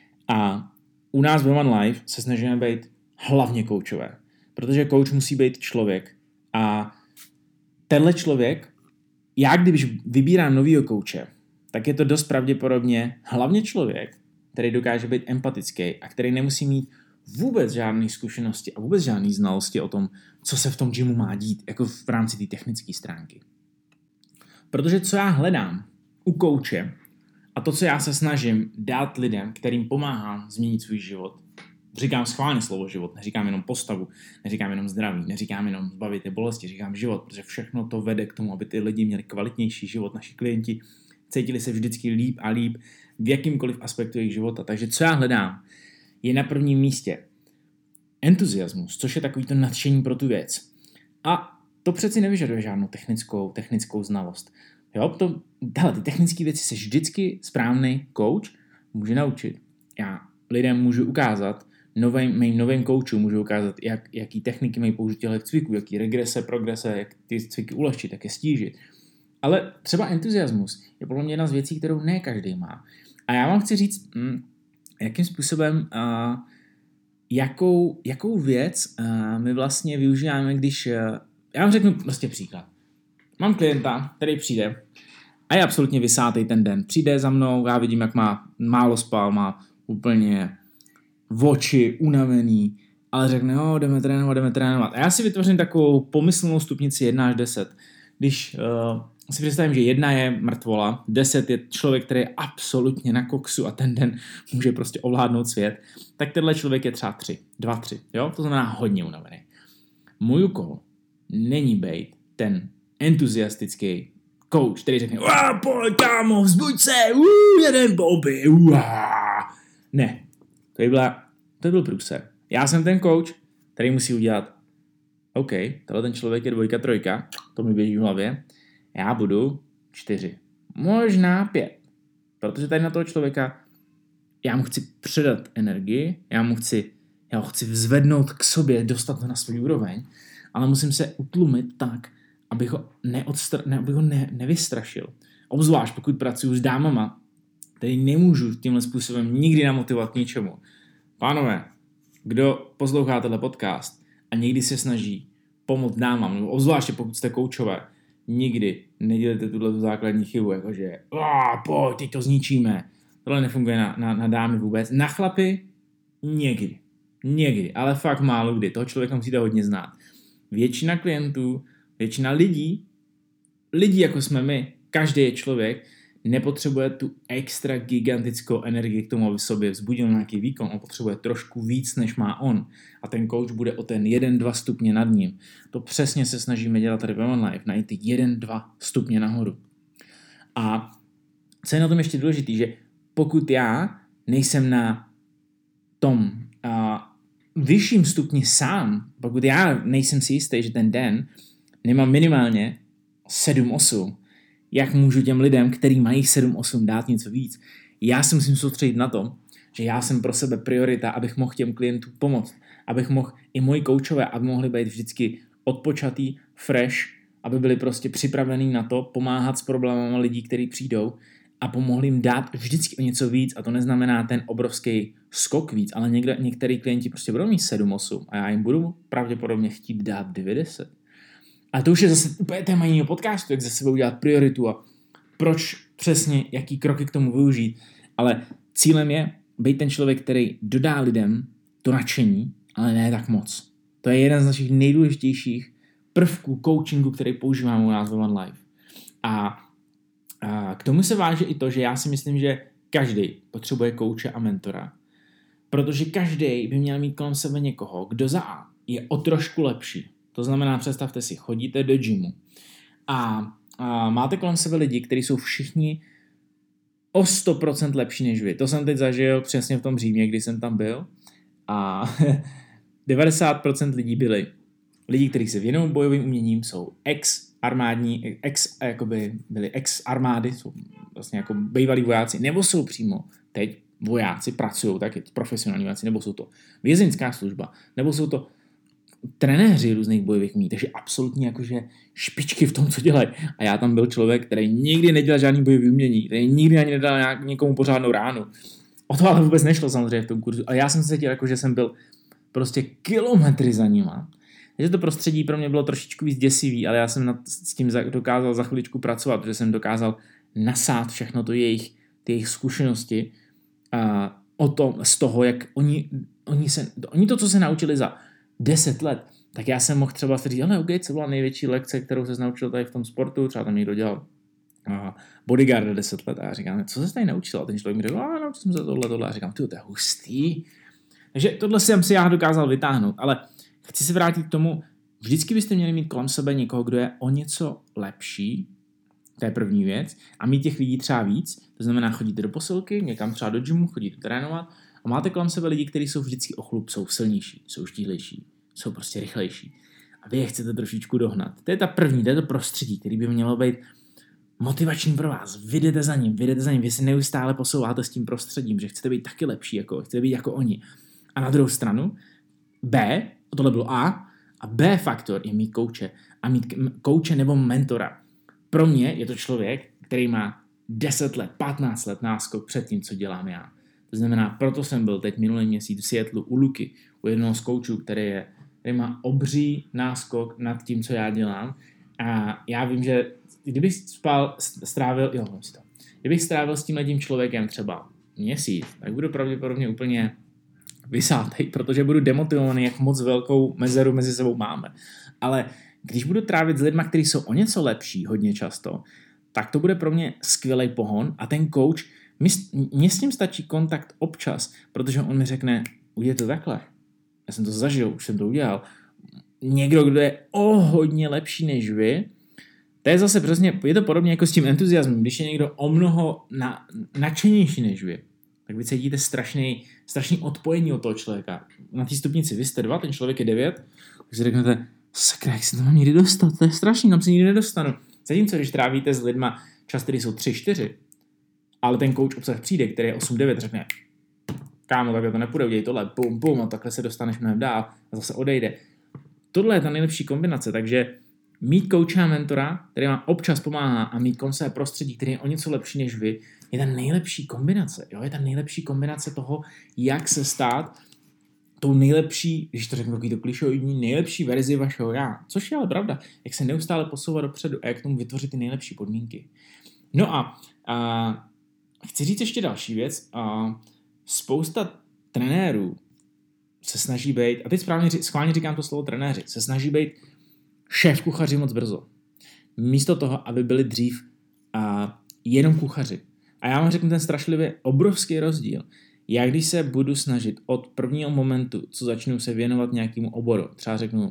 A u nás v One Life se snažíme být hlavně koučové, protože kouč musí být člověk. A tenhle člověk, já když vybírám novýho kouče, tak je to dost pravděpodobně hlavně člověk, který dokáže být empatický a který nemusí mít vůbec žádné zkušenosti a vůbec žádné znalosti o tom, co se v tom gymu má dít, jako v rámci té technické stránky. Protože co já hledám u kouče a to, co já se snažím dát lidem, kterým pomáhám změnit svůj život, říkám schválně slovo život, neříkám jenom postavu, neříkám jenom zdraví, neříkám jenom zbavit ty bolesti, říkám život, protože všechno to vede k tomu, aby ty lidi měli kvalitnější život, naši klienti cítili se vždycky líp a líp v jakýmkoliv aspektu jejich života. Takže co já hledám, je na prvním místě entuziasmus, což je takový to nadšení pro tu věc. A to přeci nevyžaduje žádnou technickou, technickou znalost. Jo, to, hele, ty technické věci se vždycky správný coach může naučit. Já lidem můžu ukázat, novým, mým novým coachům můžu ukázat, jak, jaký techniky mají použít těchto cviků, jaký regrese, progrese, jak ty cviky ulehčit, jak je stížit. Ale třeba entuziasmus je podle mě jedna z věcí, kterou ne každý má. A já vám chci říct, hm, jakým způsobem, uh, jakou, jakou věc uh, my vlastně využíváme, když... Uh, já vám řeknu prostě příklad. Mám klienta, který přijde a je absolutně vysátej ten den. Přijde za mnou, já vidím, jak má málo spal, má úplně v oči, unavený, ale řekne, jo, jdeme trénovat, jdeme trénovat. A já si vytvořím takovou pomyslnou stupnici jedna až deset. Když uh, si představím, že jedna je mrtvola, deset je člověk, který je absolutně na koksu a ten den může prostě ovládnout svět, tak tenhle člověk je třeba tři, dva, tři, jo? To znamená hodně unavený. Můj úkol není být ten entuziastický coach, který řekne, pojď kámo, vzbuď se, uh, jeden Bobby, uh. Ne, to by, byla, to by byl průser. Já jsem ten coach, který musí udělat, OK, tenhle ten člověk je dvojka, trojka, to mi běží v hlavě, já budu čtyři, možná pět, protože tady na toho člověka já mu chci předat energii, já mu chci, já ho chci vzvednout k sobě, dostat ho na svůj úroveň, ale musím se utlumit tak, abych ho, neodstra, ne, abych ho ne, nevystrašil. Obzvlášť pokud pracuji s dámama, tedy nemůžu tímhle způsobem nikdy namotivovat k ničemu. Pánové, kdo poslouchá tenhle podcast a někdy se snaží pomoct dámám, nebo obzvláště pokud jste koučové, nikdy nedělejte tuhle základní chybu, jakože pojď, teď to zničíme. Tohle nefunguje na, na, na dámy vůbec. Na chlapy někdy. Někdy, ale fakt málo kdy. Toho člověka musíte hodně znát. Většina klientů, většina lidí, lidí jako jsme my, každý je člověk, nepotřebuje tu extra gigantickou energii k tomu, aby sobě vzbudil nějaký výkon. On potřebuje trošku víc, než má on. A ten coach bude o ten jeden dva stupně nad ním. To přesně se snažíme dělat tady ve OneLife, najít ty jeden dva stupně nahoru. A co je na tom ještě důležité, že pokud já nejsem na tom uh, vyšším stupni sám, pokud já nejsem si jistý, že ten den nemám minimálně sedm osm, jak můžu těm lidem, kteří mají sedm osm, dát něco víc? Já si musím soustředit na to, že já jsem pro sebe priorita, abych mohl těm klientům pomoct, abych mohl i moji koučové, aby mohli být vždycky odpočatý, fresh, aby byli prostě připravení na to pomáhat s problémama lidí, kteří přijdou a pomohli jim dát vždycky o něco víc, a to neznamená ten obrovský skok víc, ale někde, některý klienti prostě budou mít sedm osm a já jim budu pravděpodobně chtít dát devět deset. A to už je zase úplně téma jiného podcastu, jak ze sebe udělat prioritu a proč přesně, jaký kroky k tomu využít. Ale cílem je být ten člověk, který dodá lidem to nadšení, ale ne tak moc. To je jeden z našich nejdůležitějších prvků coachingu, který používáme u nás ve OneLife. A, a k tomu se váže i to, že já si myslím, že každý potřebuje kouče a mentora. Protože každý by měl mít kolem sebe někoho, kdo za A je o trošku lepší. To znamená, představte si, chodíte do gymu a, a máte kolem sebe lidi, kteří jsou všichni o sto procent lepší než vy. To jsem teď zažil přesně v tom Římě, kdy jsem tam byl a devadesát procent lidí byli lidi, kteří se věnují bojovým uměním, jsou ex-armádní, ex, jakoby byli ex-armády, jsou vlastně jako bývalí vojáci, nebo jsou přímo teď vojáci, pracují taky, profesionální vojáci, nebo jsou to vězeňská služba, nebo jsou to trenéři různých bojových umění, takže absolutně jakože špičky v tom, co dělají. A já tam byl člověk, který nikdy nedělal žádný bojový umění, který nikdy ani nedal nějak, někomu pořádnou ránu. O to ale vůbec nešlo samozřejmě v tom kurzu. A já jsem se cítil jako, že jsem byl prostě kilometry za nima. Takže to prostředí pro mě bylo trošičku víc děsivý, ale já jsem nad, s tím za, dokázal za chviličku pracovat, protože jsem dokázal nasát všechno to jejich, ty jejich zkušenosti a o tom, z toho, jak oni, oni, se, oni to, co se naučili za deset let, tak já jsem mohl třeba si říct, ale OK, co byla největší lekce, kterou se naučil tady v tom sportu, třeba tam někdo dělal uh, bodyguarda deset let a já říkám, co se tady naučil? A ten člověk mi řekl, a naučil jsem se tohle, tohle a říkám, ty, to je hustý. Takže tohle jsem si já dokázal vytáhnout, ale chci se vrátit k tomu, vždycky byste měli mít kolem sebe někoho, kdo je o něco lepší, to je první věc, a mít těch lidí třeba víc, to znamená chodíte do posilky, někam třeba do gymu, chodíte trénovat a máte kolem sebe lidi, kteří jsou vždycky o chlup, jsou silnější, jsou štíhlejší, jsou prostě rychlejší a vy je chcete trošičku dohnat. To je ta první, to je to prostředí, který by mělo být motivační pro vás. Vy jdete za ním, vy jdete za ním, vy se neustále posouváte s tím prostředím, že chcete být taky lepší, jako chcete být jako oni. A na druhou stranu B, tohle bylo A, a B faktor je mít kouče. A mít kouče nebo mentora. Pro mě je to člověk, který má deset let, patnáct let náskok před tím, co dělám já. To znamená, proto jsem byl teď minulý měsíc v Seattlu u Luky, u jednoho z koučů, který, je, který má obří náskok nad tím, co já dělám. A já vím, že kdybych spal, strávil, jo, to, kdybych strávil s tímhletím člověkem třeba měsíc, tak budu pravděpodobně úplně vysátej, protože budu demotivovaný, jak moc velkou mezeru mezi sebou máme. Ale když budu trávit s lidmi, kteří jsou o něco lepší hodně často, tak to bude pro mě skvělý pohon a ten coach, mně s ním stačí kontakt občas, protože on mi řekne, udělej to takhle. Já jsem to zažil, už jsem to udělal. Někdo, kdo je o hodně lepší než vy, to je zase přesně, je to podobně jako s tím entuziasmem, když je někdo o mnoho na, nadšenější než vy, tak vy cítíte strašný, strašný odpojení od toho člověka. Na té stupnici vy jste dva, ten člověk je devět, tak si řeknete, sakra, jak se to mám někdy dostat, to je strašný, tam se nikdy nedostanu. Zatímco, když trávíte s lidma čas, který jsou tři čtyři, ale ten coach obsah přijde, který je osm devět, řekne, kámo, takhle to nepůjde, udělej tohle, bum, bum, a takhle se dostaneš mnohem dál a zase odejde. Tohle je ta nejlepší kombinace, takže mít kouče a mentora, který vám občas pomáhá, a mít konce prostředí, který je o něco lepší než vy, je ta nejlepší kombinace. Jo? Je ta nejlepší kombinace toho, jak se stát tou nejlepší, když to řeknu takový to klišoidní, nejlepší verzi vašeho já. Což je ale pravda, jak se neustále posouvat dopředu a jak tomu vytvořit ty nejlepší podmínky. No a, a chci říct ještě další věc. A spousta trenérů se snaží být, a teď správně schválně říkám to slovo trenéři, se snaží být šéf kuchaři moc brzo. Místo toho, aby byli dřív a jenom kuchaři. A já vám řeknu ten strašlivě obrovský rozdíl. Já když se budu snažit od prvního momentu, co začnu se věnovat nějakému oboru, třeba řeknu,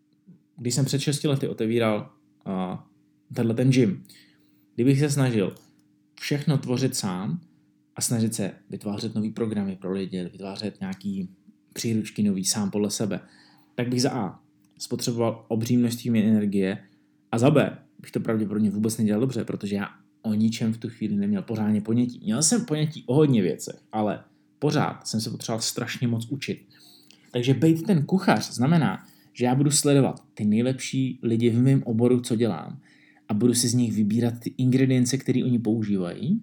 když jsem před šesti lety otevíral uh, tenhle ten gym, kdybych se snažil všechno tvořit sám a snažit se vytvářet nový programy pro lidi, vytvářet nějaký příručky nový sám podle sebe, tak bych za A spotřeboval obří množství energie a za B bych to pravděpodobně vůbec nedělal dobře, protože já o ničem v tu chvíli neměl pořádně ponětí. Měl jsem ponětí o hodně věcech, ale pořád jsem se potřeboval strašně moc učit. Takže být ten kuchař znamená, že já budu sledovat ty nejlepší lidi v mém oboru, co dělám, a budu si z nich vybírat ty ingredience, které oni používají,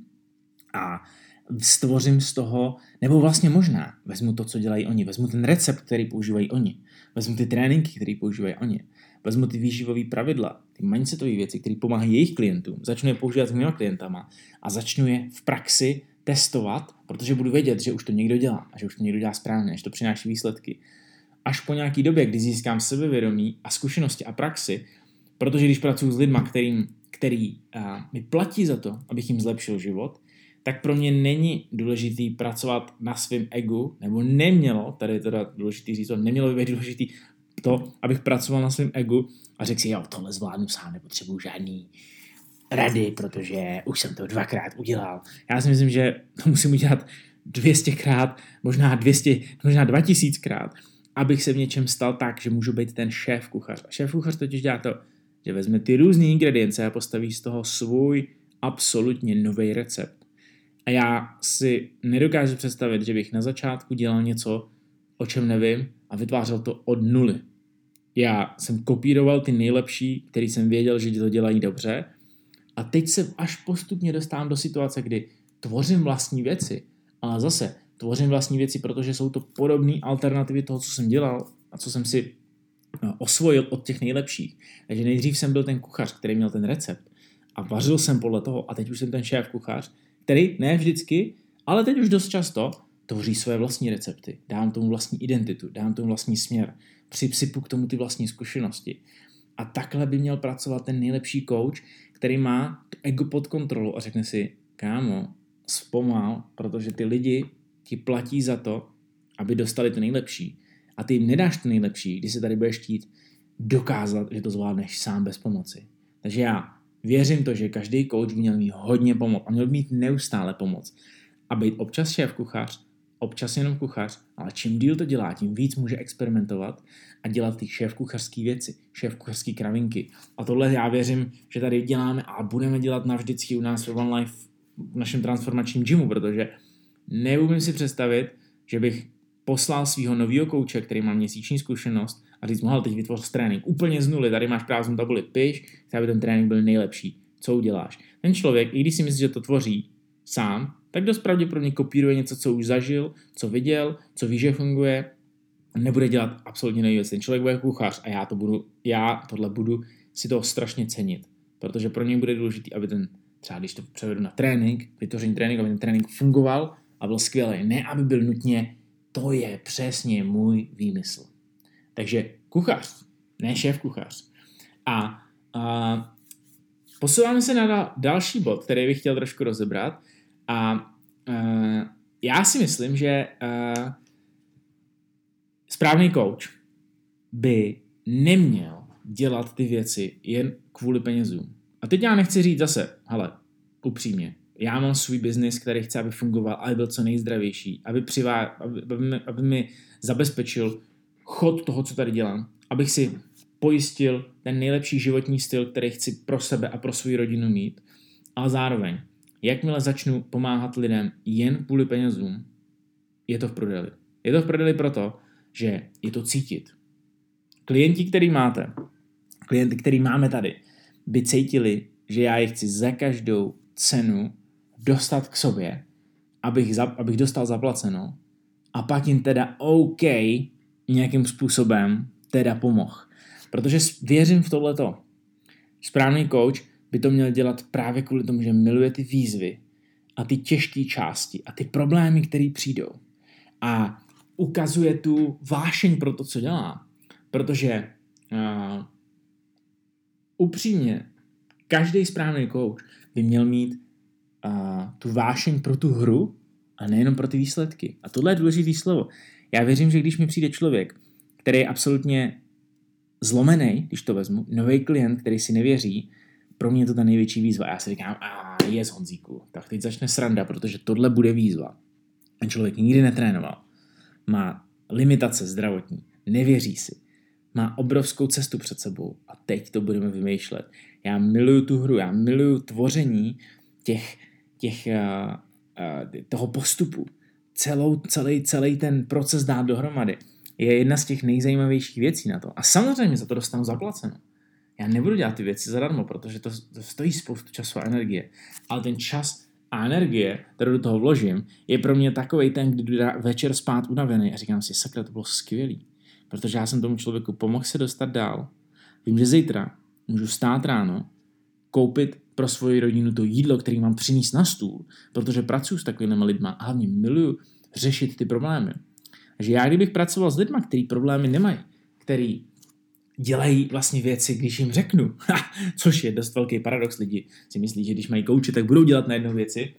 a stvořím z toho, nebo vlastně možná vezmu to, co dělají oni, vezmu ten recept, který používají oni, vezmu ty tréninky, které používají oni, vezmu ty výživové pravidla, ty mindsetové věci, které pomáhají jejich klientům, začnu je používat s mými klientama a začnu je v praxi testovat, protože budu vědět, že už to někdo dělá a že už to někdo dělá správně, že to přináší výsledky. Až po nějaký době, kdy získám sebevědomí a zkušenosti a praxi, protože když pracuji s lidma, kterým, který a, mi platí za to, abych jim zlepšil život, tak pro mě není důležitý pracovat na svém egu, nebo nemělo, tady je teda důležitý říct, nemělo by být důležitý to, abych pracoval na svém egu a řekl si, jo, tohle zvládnu sám, nepotřebuji žádný rady, protože už jsem to dvakrát udělal. Já si myslím, že to musím udělat dvě stě krát, možná dvě stě, možná dva tisíc krát, abych se v něčem stal tak, že můžu být ten šéf kuchař. A šéf kuchař totiž dělá to, že vezme ty různé ingredience a postaví z toho svůj absolutně nový recept. A já si nedokážu představit, že bych na začátku dělal něco, o čem nevím, a vytvářel to od nuly. Já jsem kopíroval ty nejlepší, který jsem věděl, že to dělají dobře, a teď se až postupně dostávám do situace, kdy tvořím vlastní věci, ale zase tvořím vlastní věci, protože jsou to podobné alternativy toho, co jsem dělal a co jsem si osvojil od těch nejlepších. Takže nejdřív jsem byl ten kuchař, který měl ten recept a vařil jsem podle toho, a teď už jsem ten šéf kuchař, který ne vždycky, ale teď už dost často tvoří své vlastní recepty. Dám tomu vlastní identitu, dám tomu vlastní směr, přisypu k tomu ty vlastní zkušenosti. A takhle by měl pracovat ten nejlepší coach, který má to ego pod kontrolou a řekne si, kámo, zpomal, protože ty lidi ti platí za to, aby dostali to nejlepší. A ty jim nedáš to nejlepší, když se tady budeš chtít dokázat, že to zvládneš sám bez pomoci. Takže já věřím to, že každý coach by měl mít hodně pomoc a měl mít neustále pomoc. A být občas šéf kuchař, občas jenom kuchař, ale čím díl to dělá, tím víc může experimentovat a dělat ty šéf kuchařský věci, šéf kuchařský kravinky. A tohle já věřím, že tady děláme a budeme dělat navždycky u nás v One Life v našem transformačním gymu, protože neumím si představit, že bych poslal svého nového kouče, který má měsíční zkušenost, a říct mu, hele, teď vytvoř trénink úplně z nuly, tady máš prázdnou tabuli, piš, chci, aby ten trénink byl nejlepší. Co uděláš? Ten člověk, i když si myslí, že to tvoří sám, tak dost pravděpodobně kopíruje něco, co už zažil, co viděl, co ví, že funguje, nebude dělat absolutně nový věc. Ten člověk bude kuchař a já to budu, já tohle budu si toho strašně cenit, protože pro něj bude důležité, aby ten, třeba když to převedu na trénink, vytvoření tréninku, aby ten trénink fungoval a byl skvělý. Ne, aby byl nutně, to je přesně můj výmysl. Takže kuchař, ne šéf kuchař. A, a posouváme se na další bod, který bych chtěl trošku rozebrat. A, a já si myslím, že a, správný coach by neměl dělat ty věci jen kvůli penězům. A teď já nechci říct zase, hele, upřímně, já mám svůj biznis, který chce, aby fungoval, aby byl co nejzdravější, aby, přivá, aby, aby, mi, aby mi zabezpečil chod toho, co tady dělám, abych si pojistil ten nejlepší životní styl, který chci pro sebe a pro svou rodinu mít, ale zároveň, jakmile začnu pomáhat lidem jen kvůli penězům, je to v prodeli. Je to v prodeli proto, že je to cítit. Klienti, který máte, klienty, který máme tady, by cítili, že já je chci za každou cenu dostat k sobě, abych, za, abych dostal zaplaceno a pak jim teda OK nějakým způsobem teda pomohl. Protože věřím v tohleto. Správný coach by to měl dělat právě kvůli tomu, že miluje ty výzvy a ty těžké části a ty problémy, které přijdou. A ukazuje tu vášeň pro to, co dělá. Protože uh, upřímně, každý správný coach by měl mít uh, tu vášeň pro tu hru a nejenom pro ty výsledky. A tohle je důležitý slovo. Já věřím, že když mi přijde člověk, který je absolutně zlomený, když to vezmu, nový klient, který si nevěří, pro mě je to ta největší výzva. Já si říkám, a je z Honzíku, tak teď začne sranda, protože tohle bude výzva. Ten člověk nikdy netrénoval. Má limitace zdravotní, nevěří si, má obrovskou cestu před sebou a teď to budeme vymýšlet. Já miluju tu hru, já miluju tvoření těch, těch, uh, uh, toho postupu. Celou, celý, celý ten proces dát dohromady je jedna z těch nejzajímavějších věcí na to. A samozřejmě za to dostanu zaplaceno. Já nebudu dělat ty věci zadarmo, protože to, to stojí spoustu času a energie. Ale ten čas a energie, kterou do toho vložím, je pro mě takovej ten, kdy jdu večer spát unavený a říkám si, sakra, to bylo skvělý. Protože já jsem tomu člověku pomohl se dostat dál. Vím, že zítra můžu stát ráno, koupit pro svoji rodinu to jídlo, který mám přinést na stůl, protože pracuji s takovými lidma a hlavně miluju řešit ty problémy. Takže já, kdybych pracoval s lidma, který problémy nemají, který dělají vlastně věci, když jim řeknu, což je dost velký paradox, lidi si myslí, že když mají kouče, tak budou dělat najednou věci.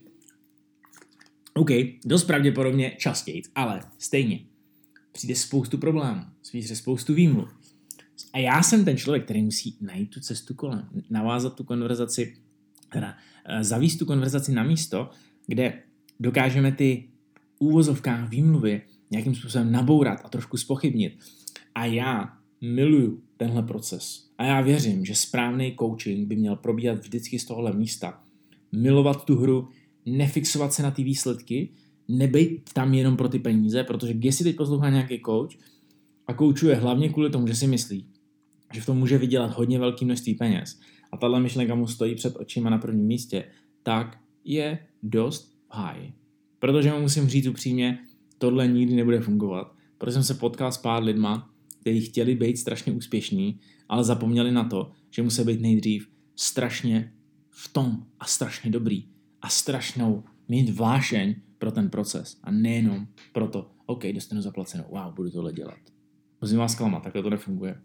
OK, dost pravděpodobně častěji, ale stejně. Přijde spoustu problémů, přijde spoustu výmluv. A já jsem ten člověk, který musí najít tu cestu kolem, navázat tu konverzaci, teda zavíst tu konverzaci na místo, kde dokážeme ty úvozovkách výmluvy nějakým způsobem nabourat a trošku zpochybnit. A já miluju tenhle proces. A já věřím, že správný coaching by měl probíhat vždycky z tohohle místa. Milovat tu hru, nefixovat se na ty výsledky, nebejt tam jenom pro ty peníze, protože když si teď poslouchá nějaký coach a coachuje hlavně kvůli tomu, že si myslí, že v tom může vydělat hodně velké množství peněz a tahle myšlenka mu stojí před očima na prvním místě, tak je dost v háji. Protože mu musím říct upřímně, tohle nikdy nebude fungovat, protože jsem se potkal s pár lidma, kteří chtěli být strašně úspěšní, ale zapomněli na to, že musí být nejdřív strašně v tom a strašně dobrý a strašnou mít vášeň pro ten proces a nejenom pro to, OK, dostanu zaplacenou, wow, budu tohle dělat. Musím vás klamat, takhle to nefunguje.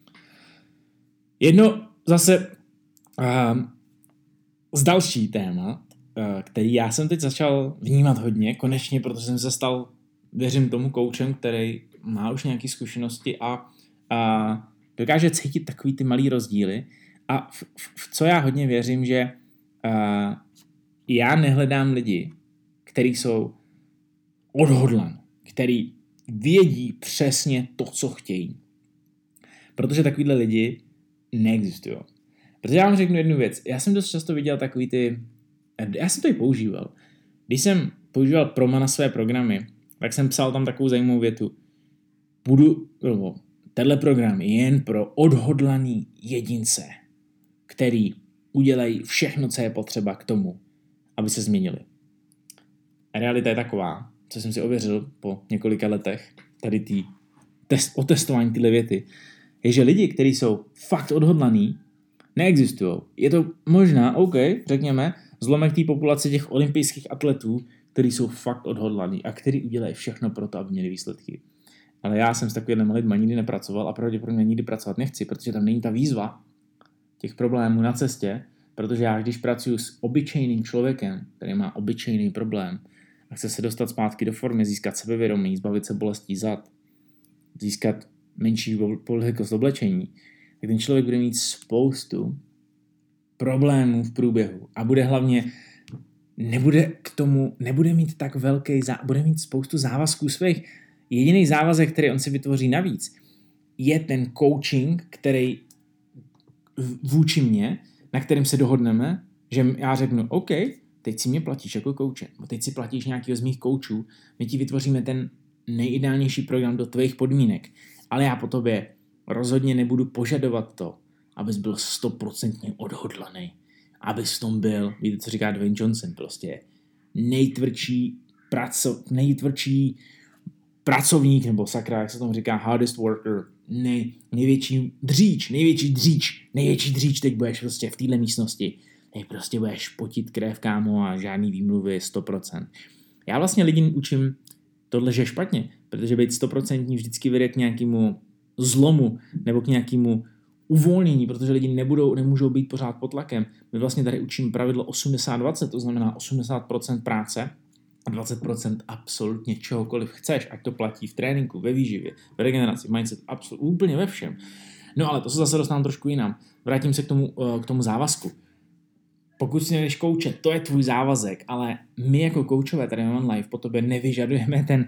Jedno zase uh, z další téma, uh, který já jsem teď začal vnímat hodně, konečně, protože jsem se stal, věřím tomu, koučem, který má už nějaké zkušenosti a, a dokáže cítit takový ty malý rozdíly. A v, v co já hodně věřím, že uh, já nehledám lidi, kteří jsou odhodlaní, kteří vědí přesně to, co chtějí. Protože takovýhle lidi neexistují. Protože já vám řeknu jednu věc. Já jsem dost často viděl takový ty... Já jsem to i používal. Když jsem používal Proma na své programy, tak jsem psal tam takovou zajímavou větu. Budu... No, tenhle program je jen pro odhodlaný jedince, který udělají všechno, co je potřeba k tomu, aby se změnili. A realita je taková, co jsem si ověřil po několika letech, tady tý test, otestování tyhle věty, je, že lidi, kteří jsou fakt odhodlaný, neexistují. Je to možná, OK, řekněme, zlomek té populace těch olympijských atletů, kteří jsou fakt odhodlaný a kteří udělají všechno pro to, aby měli výsledky. Ale já jsem s takovými lidmi nikdy nepracoval a pravděpodobně nikdy pracovat nechci, protože tam není ta výzva těch problémů na cestě, protože já, když pracuji s obyčejným člověkem, který má obyčejný problém a chce se dostat zpátky do formy, získat sebevědomí, zbavit se bolestí zad, získat menší velikost oblečení, tak ten člověk bude mít spoustu problémů v průběhu a bude hlavně nebude k tomu, nebude mít tak velký, bude mít spoustu závazků svých. Jediný závazek, který on si vytvoří navíc, je ten coaching, který vůči mně, na kterém se dohodneme, že já řeknu, OK, teď si mě platíš jako kouče, teď si platíš nějakýho z mých koučů, my ti vytvoříme ten nejideálnější program do tvých podmínek, ale já po tobě rozhodně nebudu požadovat to, abys byl stoprocentně odhodlaný, abys v tom byl, víte, co říká Dwayne Johnson, prostě nejtvrdší, praco, nejtvrdší pracovník, nebo sakra, jak se tomu říká, hardest worker, nej, největší dříč, největší dříč, největší dříč, teď budeš prostě v téhle místnosti, teď prostě budeš potit krev, kámo, a žádný výmluvy, sto procent. Já vlastně lidi učím tohle, že je špatně, protože být sto procent vždycky vede k nějakému zlomu, nebo k nějakému uvolnění, protože lidi nebudou, nemůžou být pořád pod tlakem. My vlastně tady učím pravidlo osmdesát dvacet, to znamená osmdesát procent práce a dvacet procent absolutně čehokoliv chceš, ať to platí v tréninku, ve výživě, v regeneraci, v mindset, absolutně, úplně ve všem. No ale to se zase dostávám trošku jinam. Vrátím se k tomu, k tomu závazku. Pokud si nejdeš kouče, to je tvůj závazek, ale my jako koučové tady na OneLife po tobě nevyžadujeme ten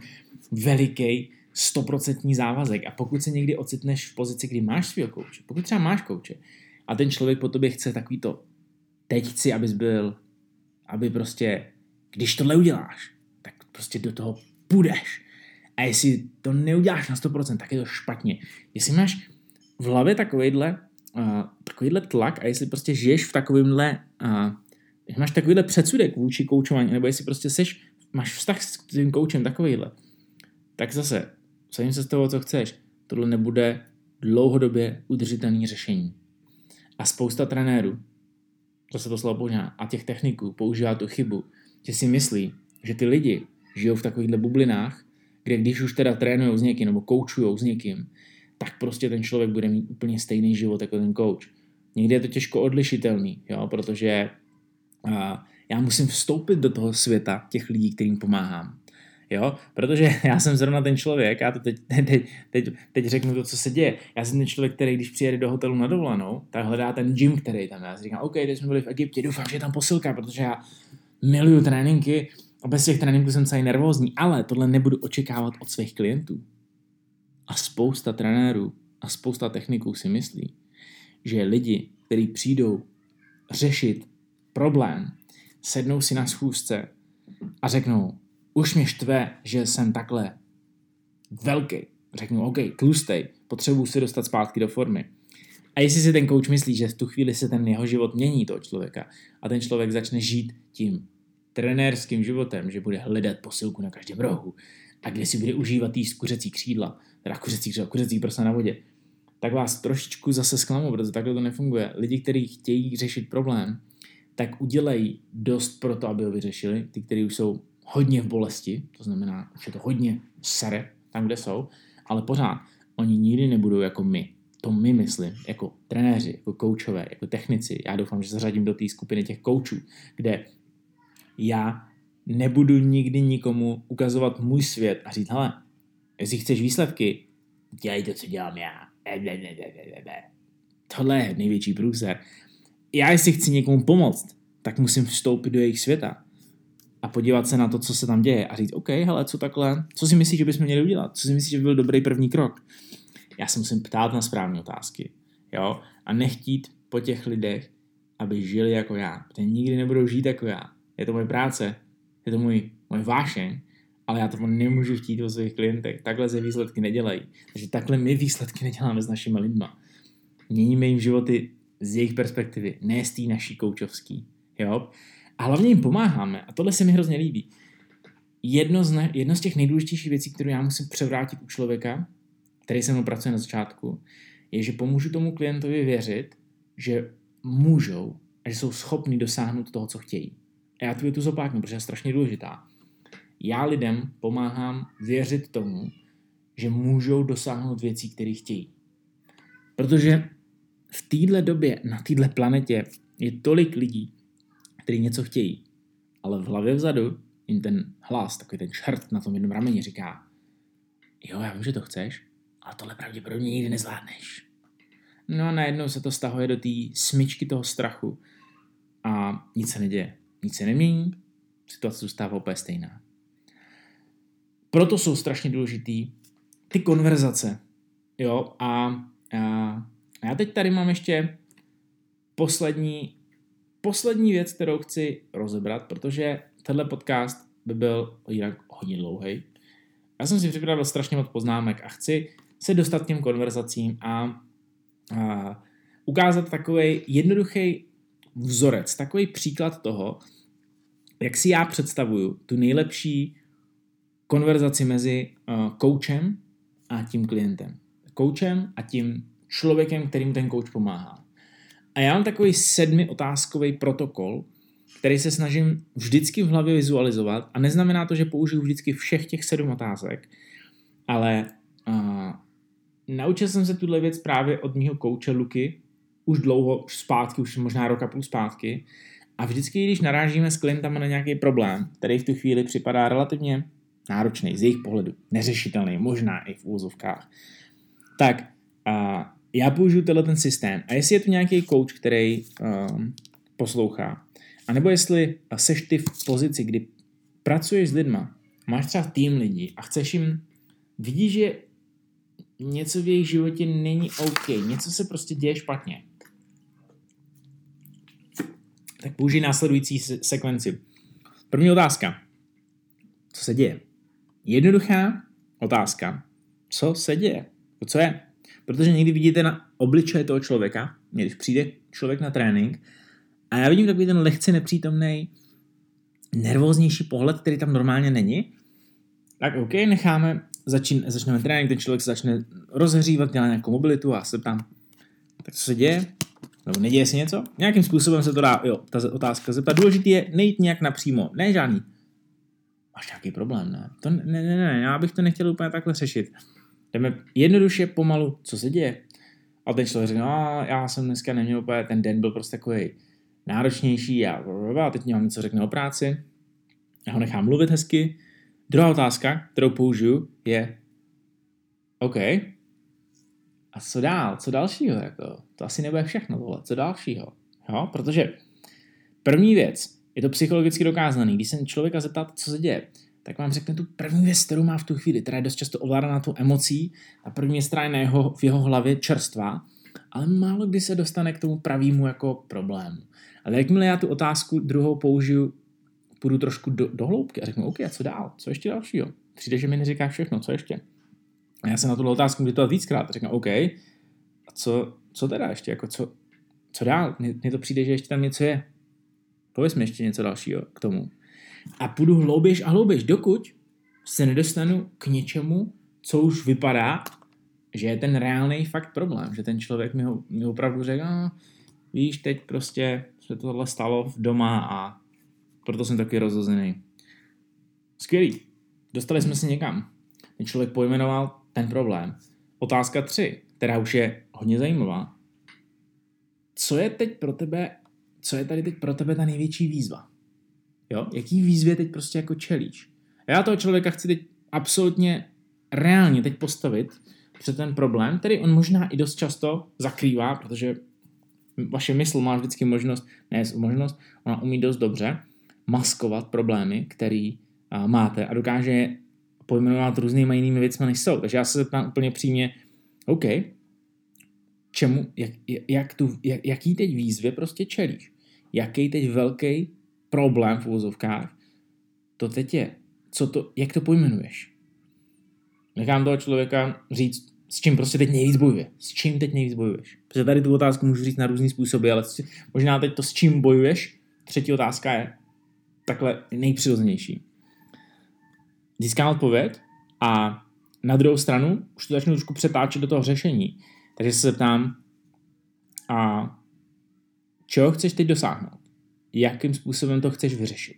veliký stoprocentní závazek. A pokud se někdy ocitneš v pozici, kdy máš svého kouče, pokud třeba máš kouče a ten člověk po tobě chce takový to, teď chci, abys byl, aby prostě, když tohle uděláš, tak prostě do toho půjdeš. A jestli to neuděláš na sto procent, tak je to špatně. Jestli máš v hlavě takovejhle, uh, takovýhle tlak a jestli prostě žiješ v takovýmhle, uh, jestli máš takovýhle předsudek vůči koučování, nebo jestli prostě seš, máš vztah s tím koučem takovýhle, tak zase, sadím se z toho, co chceš, tohle nebude dlouhodobě udržitelné řešení. A spousta trenérů, to se to slovo používá, a těch techniků používá tu chybu, že si myslí, že ty lidi žijou v takovýchhle bublinách, kde když už teda trénujou s někým nebo koučujou s někým, tak prostě ten člověk bude mít úplně stejný život jako ten coach. Někdy je to těžko odlišitelný, jo, protože uh, já musím vstoupit do toho světa těch lidí, kterým pomáhám. Jo, protože já jsem zrovna ten člověk, já to teď, teď, teď, teď řeknu to, co se děje. Já jsem ten člověk, který když přijede do hotelu na dovolenou, tak hledá ten gym, který tam je. Já si říkám, OK, teď jsme byli v Egyptě, doufám, že je tam posilka, protože já miluju tréninky a bez těch tréninků jsem celý nervózní, ale tohle nebudu očekávat od svých klientů. A spousta trenérů a spousta techniků si myslí, že lidi, kteří přijdou řešit problém, sednou si na schůzce a řeknou, už mě štve, že jsem takhle velký. Řeknu, OK, tlustej, potřebuji se dostat zpátky do formy. A jestli si ten coach myslí, že v tu chvíli se ten jeho život mění toho člověka a ten člověk začne žít tím trenérským životem, že bude hledat posilku na každém rohu a kde si bude užívat jíst kuřecí křídla, teda kuřecí křídla, kuřecí prsa na vodě, tak vás trošičku zase zklamu, protože takhle to nefunguje. Lidi, kteří chtějí řešit problém, tak udělají dost pro to, aby ho vyřešili. Ty, kteří už jsou hodně v bolesti, to znamená, že to hodně sere tam, kde jsou, ale pořád oni nikdy nebudou jako my. To my myslím, jako trenéři, jako koučové, jako technici. Já doufám, že zařadím do té skupiny těch koučů, kde já nebudu nikdy nikomu ukazovat můj svět a říct, hele, jestli chceš výsledky, dělej to, co dělám já. Tohle je největší průser. Já, jestli chci někomu pomoct, tak musím vstoupit do jejich světa a podívat se na to, co se tam děje a říct, OK, hele, co takhle, co si myslíš, že bychom měli udělat? Co si myslíš, že by byl dobrý první krok? Já se musím ptát na správné otázky, jo? A nechtít po těch lidech, aby žili jako já, protože nikdy nebudou žít jako já. Je to moje práce, je to můj, můj vášeň, ale já to nemůžu chtít od svých klientech. Takhle se výsledky nedělají. Takže takhle my výsledky neděláme s našimi lidma. Měníme jim životy z jejich perspektivy, ne z té naší koučovský, jo? A hlavně jim pomáháme. A tohle se mi hrozně líbí. Jedno z, ne, jedno z těch nejdůležitějších věcí, kterou já musím převrátit u člověka, který se mnou pracuje na začátku, je, že pomůžu tomu klientovi věřit, že můžou a že jsou schopni dosáhnout toho, co chtějí. A já tu větu zopáknu, protože je strašně důležitá. Já lidem pomáhám věřit tomu, že můžou dosáhnout věcí, které chtějí. Protože v téhle době, na téhle planetě je tolik lidí, kteří něco chtějí, ale v hlavě vzadu jim ten hlas, takový ten čert na tom jednom rameni říká, jo, já vím, že to chceš, ale tohle pravděpodobně nikdy nezvládneš. No a najednou se to stahuje do té smyčky toho strachu a nic se neděje. Nic se nemění, situace zůstává úplně stejná. Proto jsou strašně důležitý ty konverzace. Jo, a, a já teď tady mám ještě poslední, poslední věc, kterou chci rozebrat, protože tenhle podcast by byl jinak hodně dlouhý. Já jsem si připravil strašně moc poznámek a chci se dostat k těm konverzacím a, a ukázat takovej jednoduchý vzorec, takový příklad toho, jak si já představuju tu nejlepší konverzaci mezi uh, coachem a tím klientem. Coachem a tím člověkem, kterým ten coach pomáhá. A já mám takový sedmi otázkový protokol, který se snažím vždycky v hlavě vizualizovat a neznamená to, že použiju vždycky všech těch sedm otázek, ale uh, naučil jsem se tuhle věc právě od mýho kouče Luky už dlouho zpátky, už možná rok a půl zpátky a vždycky, když narážíme s klientama na nějaký problém, který v tu chvíli připadá relativně náročný z jejich pohledu, neřešitelný, možná i v úvozovkách, tak uh, já použiju tenhle ten systém a jestli je to nějaký coach, který um, poslouchá, anebo jestli seš ty v pozici, kdy pracuješ s lidma, máš třeba tým lidí a chceš jim, vidíš, že něco v jejich životě není OK, něco se prostě děje špatně, tak použij následující sekvenci. První otázka. Co se děje? Jednoduchá otázka. Co se děje? Co je? Protože někdy vidíte na obličeji toho člověka, když přijde člověk na trénink a já vidím takový ten lehce nepřítomný, nervóznější pohled, který tam normálně není, tak OK, necháme, začín, začneme trénink, ten člověk se začne rozhřívat, dělá nějakou mobilitu a se ptám, tak co se děje? Nebo neděje se něco? Nějakým způsobem se to dá, jo, ta otázka zeptat. Důležitý je nejít nějak napřímo, ne žádný. Máš nějaký problém, ne? To ne, ne, ne, já bych to nechtěl úplně takhle řešit. Jdeme jednoduše pomalu, co se děje. A ten člověk řekne, no, já jsem dneska neměl úplně, ten den byl prostě takový náročnější a, a teď mám něco řekne o práci. Já ho nechám mluvit hezky. Druhá otázka, kterou použiju, je OK, a co dál? Co dalšího? Jako? To asi nebude všechno tohle. Co dalšího? Jo? Protože první věc, je to psychologicky dokázaný. Když se člověka zeptat, co se děje, tak vám řekne tu první věc, kterou má v tu chvíli, která je dost často ovládaná tou emocí. Ta první věc, která je na jeho, v jeho hlavě čerstvá, ale málo kdy se dostane k tomu pravému jako problému. Ale jakmile já tu otázku druhou použiju, půjdu trošku do, do hloubky a řeknu, OK, a co dál? Co ještě dalšího? Přijde, že mi neříká všechno, co ještě? A já se na tuhle otázku můžu to víckrát a řeknu, OK, a co, co teda ještě? Jako co, co dál? Mně to přijde, že ještě tam něco je. Pověz mi ještě něco dalšího k tomu. A půjdu hlouběž a hlouběž, dokud se nedostanu k něčemu, co už vypadá, že je ten reálný fakt problém. Že ten člověk mi, ho, mi opravdu řekl, a víš, teď prostě se tohle stalo v doma a proto jsem taky rozhozený. Skvělý. Dostali jsme se někam. Ten člověk pojmenoval ten problém. Otázka tři, která už je hodně zajímavá. Co je teď pro tebe, co je tady teď pro tebe ta největší výzva? Jo? Jaký výzvě teď prostě jako čelíš? Já toho člověka chci teď absolutně reálně teď postavit před ten problém, který on možná i dost často zakrývá, protože vaše mysl má vždycky možnost, ne možnost, ona umí dost dobře maskovat problémy, který uh, máte a dokáže je pojmenovat různýma jinými věcmi, než jsou. Takže já se zeptám úplně přímě, OK, čemu, jak, jak tu, jak, jaký teď výzvě prostě čelíš? Jaký teď velký problém v uvozovkách to teď je? Co to, jak to pojmenuješ? Nechám toho člověka říct, s čím prostě teď nejvíc bojuje. S čím teď nejvíc bojuješ? Protože tady tu otázku můžu říct na různý způsoby, ale možná teď to, s čím bojuješ, třetí otázka je takhle nejpřirozenější. Získám odpověď a na druhou stranu už to začnu trošku přetáčet do toho řešení. Takže se zeptám, a čeho chceš teď dosáhnout? Jakým způsobem to chceš vyřešit?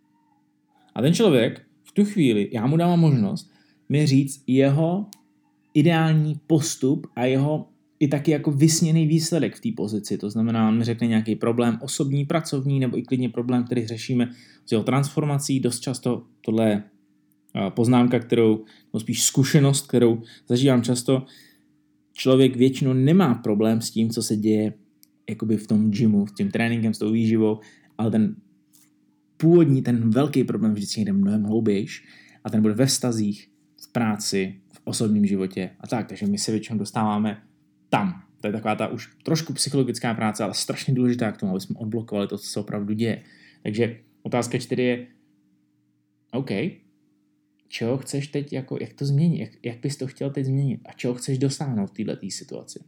A ten člověk v tu chvíli, já mu dávám možnost mi říct jeho ideální postup a jeho i taky jako vysněný výsledek v té pozici. To znamená, on mi řekne nějaký problém osobní, pracovní, nebo i klidně problém, který řešíme s jeho transformací. Dost často tohle je poznámka, kterou, no spíš zkušenost, kterou zažívám často. Člověk většinou nemá problém s tím, co se děje jakoby v tom gymu, s tím tréninkem, s tou výživou, ale ten původní, ten velký problém vždycky jde mnohem hloubějš a ten bude ve vztazích, v práci, v osobním životě a tak. Takže my se většinou dostáváme tam. To je taková ta už trošku psychologická práce, ale strašně důležitá k tomu, aby jsme odblokovali to, co se opravdu děje. Takže otázka čtyři je OK, čeho chceš teď, jako, jak to změnit, jak, jak bys to chtěl teď změnit a čeho chceš dosáhnout v této situaci.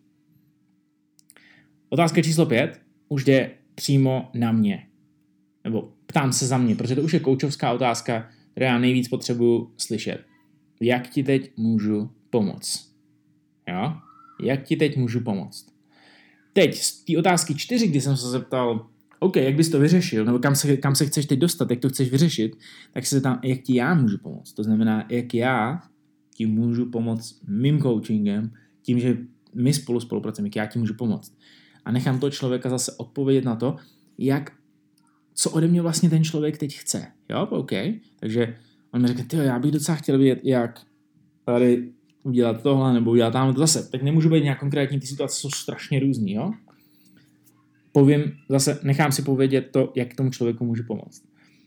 Otázka číslo pět už jde přímo na mě. Nebo ptám se za mě, protože to už je koučovská otázka, kterou já nejvíc potřebuju slyšet. Jak ti teď můžu pomoct? Jo? Jak ti teď můžu pomoct? Teď z té otázky čtyři, kdy jsem se zeptal, OK, jak bys to vyřešil, nebo kam se, kam se chceš teď dostat, jak to chceš vyřešit, tak se zeptám, jak ti já můžu pomoct. To znamená, jak já ti můžu pomoct mým coachingem, tím, že my spolu spolupracujeme, jak já ti můžu pomoct. A nechám toho člověka zase odpovědět na to, jak, co ode mě vlastně ten člověk teď chce. Jo, OK. Takže on mi řekne, tyjo, já bych docela chtěl vědět, jak tady udělat tohle, nebo udělat tamhle to zase. Tak nemůžu být nějak konkrétní, ty situace jsou strašně různý, jo. Povím, zase nechám si povědět to, jak tomu člověku můžu pomoct.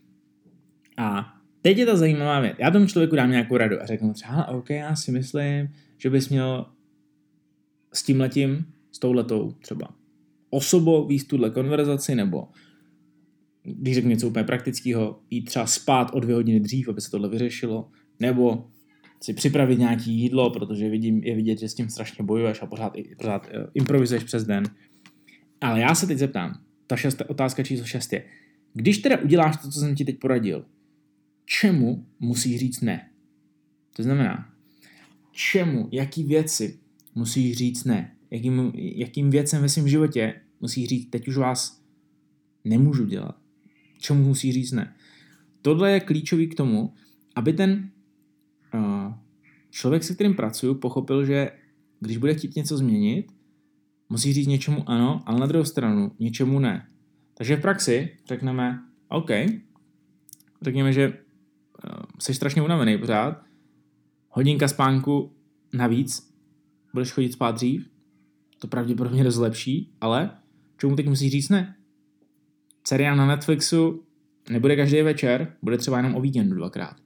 A teď je ta zajímavá věc. Já tomu člověku dám nějakou radu a řeknu třeba, OK, já si myslím, že bys měl s tímhletím, s touhletou třeba osobou víc tuhle konverzaci, nebo když řeknu něco úplně praktického, jít třeba spát o dvě hodiny dřív, aby se tohle vyřešilo, nebo si připravit nějaké jídlo, protože vidím, je vidět, že s tím strašně bojuješ a pořád, pořád improvizuješ přes den. Ale já se teď zeptám, ta šestá, otázka číslo šest je, když teda uděláš to, co jsem ti teď poradil, čemu musíš říct ne? To znamená, čemu, jaký věci musíš říct ne? Jakým, jakým věcem ve svém životě musíš říct, teď už vás nemůžu dělat? Čemu musíš říct ne? Tohle je klíčový k tomu, aby ten uh, člověk, se kterým pracuju, pochopil, že když bude chtít něco změnit, musí říct něčemu ano, ale na druhou stranu něčemu ne. Takže v praxi řekneme OK, řekněme, že uh, jsi strašně unavený pořád, hodinka spánku navíc, budeš chodit spát dřív, to pravděpodobně dost lepší, ale čemu teď musíš říct ne? Seriál na Netflixu nebude každý večer, bude třeba jenom o víkendu dvakrát.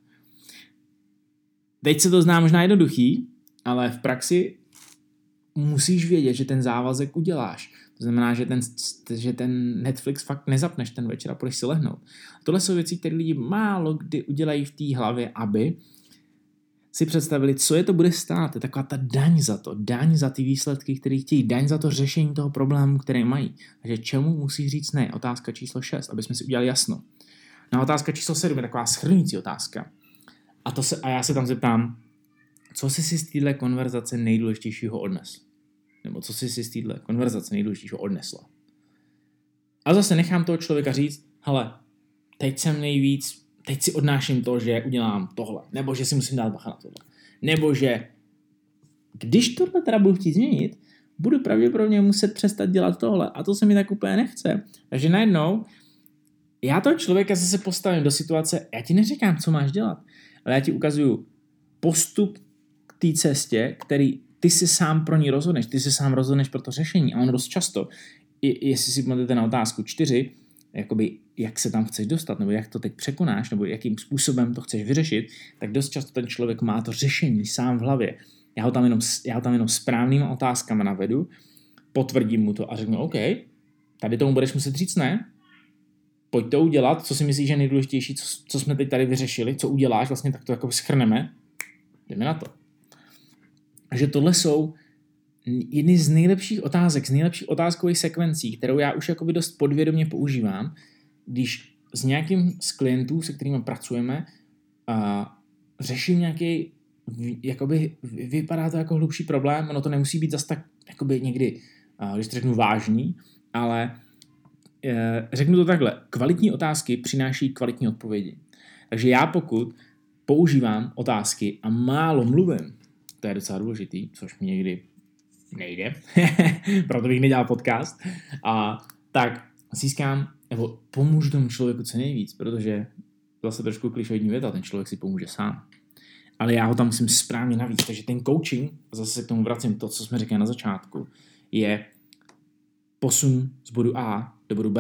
Teď se to zná možná jednoduchý, ale v praxi musíš vědět, že ten závazek uděláš. To znamená, že ten, že ten Netflix fakt nezapneš ten večer a půjdeš si lehnout. Tohle jsou věci, které lidi málo kdy udělají v té hlavě, aby si představili, co je to bude stát. Je taková ta daň za to. Daň za ty výsledky, které chtějí. Daň za to řešení toho problému, který mají. Takže čemu musíš říct ne? Otázka číslo šest, aby jsme si udělali jasno. Na otázka číslo sedm je taková shrnující otázka. A, to se, a já se tam zeptám, co jsi si z téhle konverzace nejdůležitějšího odnesl? Nebo co jsi si z téhle konverzace nejdůležitějšího odnesla? A zase nechám toho člověka říct, hele, teď jsem nejvíc, teď si odnáším to, že udělám tohle, nebo že si musím dát bacha na tohle. Nebo že když tohle teda budu chtít změnit, budu pravděpodobně muset přestat dělat tohle. A to se mi tak úplně nechce. Takže najednou já toho člověka zase postavím do situace, já ti neříkám, co máš dělat, ale já ti ukazuju postup k té cestě, který ty si sám pro ní rozhodneš, ty si sám rozhodneš pro to řešení. A on dost často, jestli si pamatujete na otázku čtyři, jakoby jak se tam chceš dostat, nebo jak to teď překonáš, nebo jakým způsobem to chceš vyřešit, tak dost často ten člověk má to řešení sám v hlavě. Já ho tam jenom, já ho tam jenom správnýma otázkama navedu, potvrdím mu to a řeknu, OK, tady tomu budeš muset říct ne, pojď to udělat, co si myslíš, že je nejdůležitější, co, co jsme teď tady vyřešili, co uděláš, vlastně tak to jako schrneme, jdeme na to. Takže tohle jsou jedny z nejlepších otázek, z nejlepších otázkových sekvencí, kterou já už jakoby dost podvědomě používám, když s nějakým z klientů, se kterými pracujeme, a řeším nějaký, jakoby vypadá to jako hlubší problém, ono to nemusí být zas tak jakoby někdy, když to řeknu vážný, ale řeknu to takhle, kvalitní otázky přináší kvalitní odpovědi. Takže já pokud používám otázky a málo mluvím, to je docela důležitý, což mi někdy nejde, proto bych nedělal podcast, a tak získám, nebo pomůžu tomu člověku co nejvíc, protože zase trošku klišoidní věta, ten člověk si pomůže sám. Ale já ho tam musím správně navíc, takže ten coaching, zase se k tomu vracím, to, co jsme řekli na začátku, je posun z bodu A do bodu B.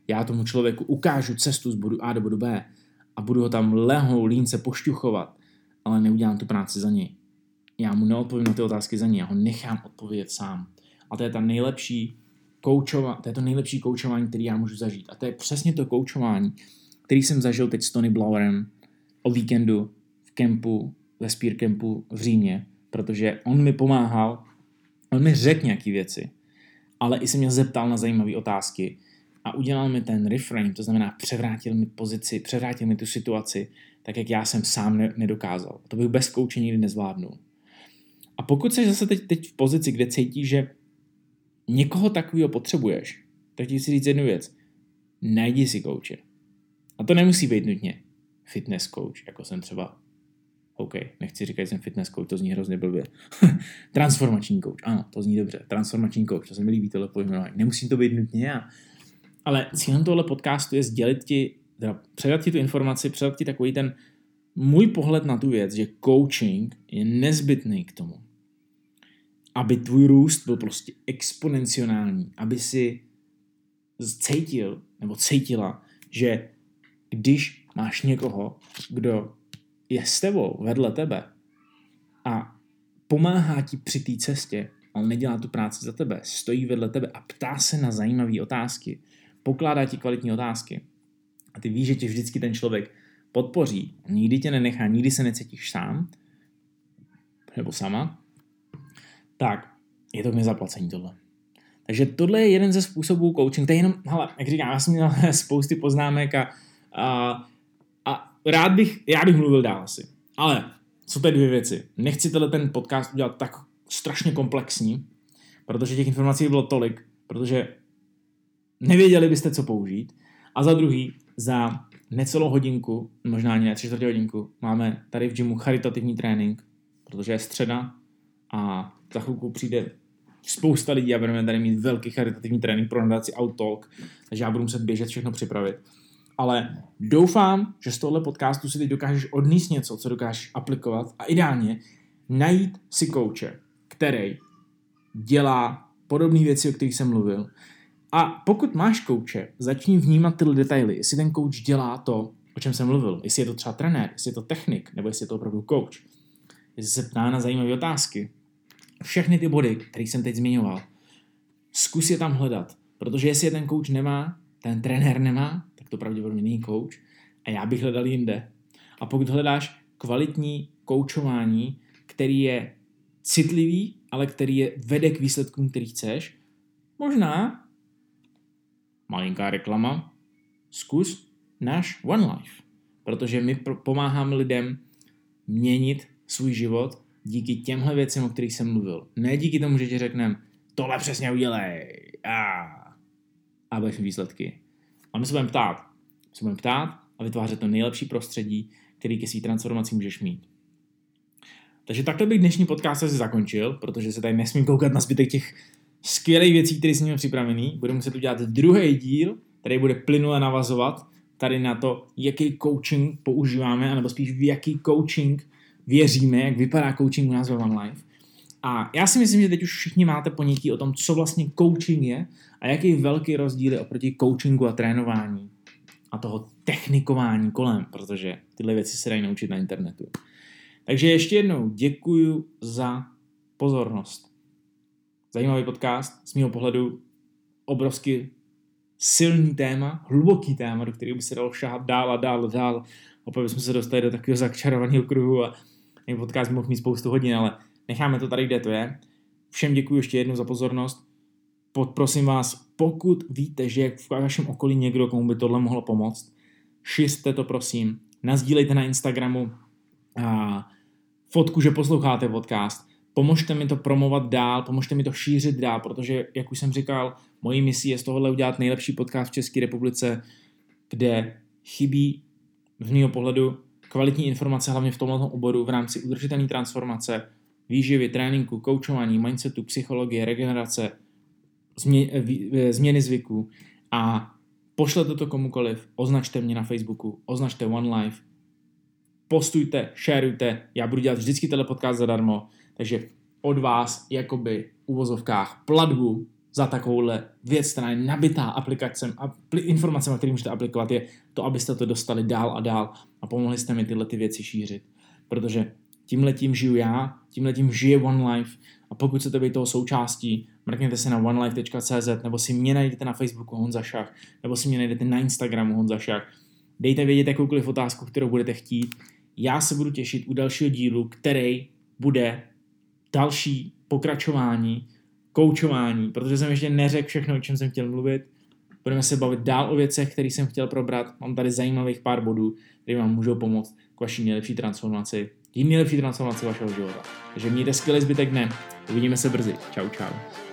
já tomu člověku ukážu cestu z bodu A do bodu B a budu ho tam lehou línce pošťuchovat, ale neudělám tu práci za něj. Já mu neodpovím na ty otázky za něj, já ho nechám odpovědět sám. A to je ta nejlepší koučování, to je to nejlepší koučování, který já můžu zažít. A to je přesně to koučování, který jsem zažil teď s Tony Blauerem o víkendu v kempu, ve Spear Campu v Římě, protože on mi pomáhal, on mi řekl nějaké věci, ale i se mě zeptal na zajímavé otázky a udělal mi ten reframe, to znamená převrátil mi pozici, převrátil mi tu situaci, tak jak já jsem sám ne- nedokázal. To bych bez kouče nikdy nezvládnul. A pokud jsi zase teď, teď v pozici, kde cítíš, že někoho takového potřebuješ, tak ti chci říct jednu věc. Najdi si kouče. A to nemusí být nutně fitness coach, jako jsem třeba. OK, nechci říkat, že jsem fitness coach, to zní hrozně blbě. Transformační coach, ano, to zní dobře. Transformační coach, to se mi líbí tohle pojmenování. Nemusí to být nutně já. Ale cílem tohle podcastu je sdělit ti, teda předat ti tu informaci, předat ti takový ten můj pohled na tu věc, že coaching je nezbytný k tomu, aby tvůj růst byl prostě exponenciální, aby si cítil nebo cítila, že když máš někoho, kdo je s tebou vedle tebe a pomáhá ti při té cestě, ale nedělá tu práci za tebe, stojí vedle tebe a ptá se na zajímavé otázky, pokládá ti kvalitní otázky a ty víš, že tě vždycky ten člověk podpoří, nikdy tě nenechá, nikdy se necítíš sám nebo sama, tak je to k nezaplacení tohle. Takže tohle je jeden ze způsobů coaching. To je jenom, hele, jak říkám, já jsem měl spousty poznámek a, a, a rád bych, já bych mluvil dál asi. Ale jsou to dvě věci. Nechci tenhle ten podcast udělat tak strašně komplexní, protože těch informací bylo tolik, protože nevěděli byste, co použít. A za druhý, za necelou hodinku, možná ani ne tři čtvrtě hodinku, máme tady v gymu charitativní trénink, protože je středa a za chvilku přijde spousta lidí a budeme tady mít velký charitativní trénink pro nadaci Outtalk, takže já budu muset běžet všechno připravit. Ale doufám, že z tohle podcastu si teď dokážeš odníst něco, co dokážeš aplikovat a ideálně najít si kouče, který dělá podobné věci, o kterých jsem mluvil. A pokud máš kouče, začni vnímat tyhle detaily, jestli ten kouč dělá to, o čem jsem mluvil, jestli je to třeba trenér, jestli je to technik, nebo jestli je to opravdu kouč, jestli se ptá na zajímavé otázky. Všechny ty body, které jsem teď zmiňoval, zkus je tam hledat, protože jestli je ten kouč nemá, ten trenér nemá, tak to pravděpodobně není kouč a já bych hledal jinde. A pokud hledáš kvalitní koučování, který je citlivý, ale který je vede k výsledkům, který chceš, možná, malinká reklama, zkus náš One Life, protože my pomáháme lidem měnit svůj život díky těmhle věcem, o kterých jsem mluvil. Ne díky tomu, že ti řekneme, tohle přesně udělej a, a budeš mít výsledky. A my se budeme ptát. My se budeme ptát a vytvářet to nejlepší prostředí, který ke svý transformaci můžeš mít. Takže takhle bych dnešní podcast asi zakončil, protože se tady nesmím koukat na zbytek těch skvělých věcí, které jsem měl připravený. Budu muset udělat druhý díl, který bude plynule navazovat tady na to, jaký coaching používáme, anebo spíš v jaký coaching věříme, jak vypadá coaching u nás ve One Life. A já si myslím, že teď už všichni máte ponětí o tom, co vlastně coaching je a jaký velký rozdíl je oproti coachingu a trénování a toho technikování kolem, protože tyhle věci se dají naučit na internetu. Takže ještě jednou děkuju za pozornost. Zajímavý podcast, z mého pohledu obrovsky silný téma, hluboký téma, do kterého by se dalo šahat dál a dál a dál. Opět bychom se dostali do takového začarovaného kruhu a ten podcast mohl mít spoustu hodin, ale necháme to tady, kde to je. Všem děkuji ještě jednou za pozornost. Prosím vás, pokud víte, že v vašem okolí někdo, komu by tohle mohlo pomoct, šiřte to prosím, nasdílejte na Instagramu a fotku, že posloucháte podcast. Pomožte mi to promovat dál, pomožte mi to šířit dál, protože, jak už jsem říkal, mojí misí je z tohohle udělat nejlepší podcast v České republice, kde chybí z mého pohledu kvalitní informace, hlavně v tomhle oboru v rámci udržitelné transformace, výživy, tréninku, koučování, mindsetu, psychologie, regenerace, změ, změny zvyků a pošlete to komukoliv, označte mě na Facebooku, označte One Life, postujte, šerujte, já budu dělat vždycky tenhle podcast zadarmo, takže od vás jakoby v uvozovkách platbu za takovouhle věc, která je nabitá aplikacem a informacemi, které můžete aplikovat, je to, abyste to dostali dál a dál a pomohli jste mi tyhle ty věci šířit. Protože tímhletím žiju já, tímhletím žije One Life a pokud chcete být toho součástí, mrkněte se na one life tečka cé zet nebo si mě najdete na Facebooku Honza Šach nebo si mě najdete na Instagramu Honza Šach. Dejte vědět jakoukoliv otázku, kterou budete chtít. Já se budu těšit u dalšího dílu, který bude další pokračování, koučování, protože jsem ještě neřekl všechno, o čem jsem chtěl mluvit. Budeme se bavit dál o věcech, které jsem chtěl probrat. Mám tady zajímavých pár bodů, které vám můžou pomoct k vaší nejlepší transformaci, tím nejlepší transformaci vašeho života. Takže mějte skvělý zbytek dne. Uvidíme se brzy. Čau, čau.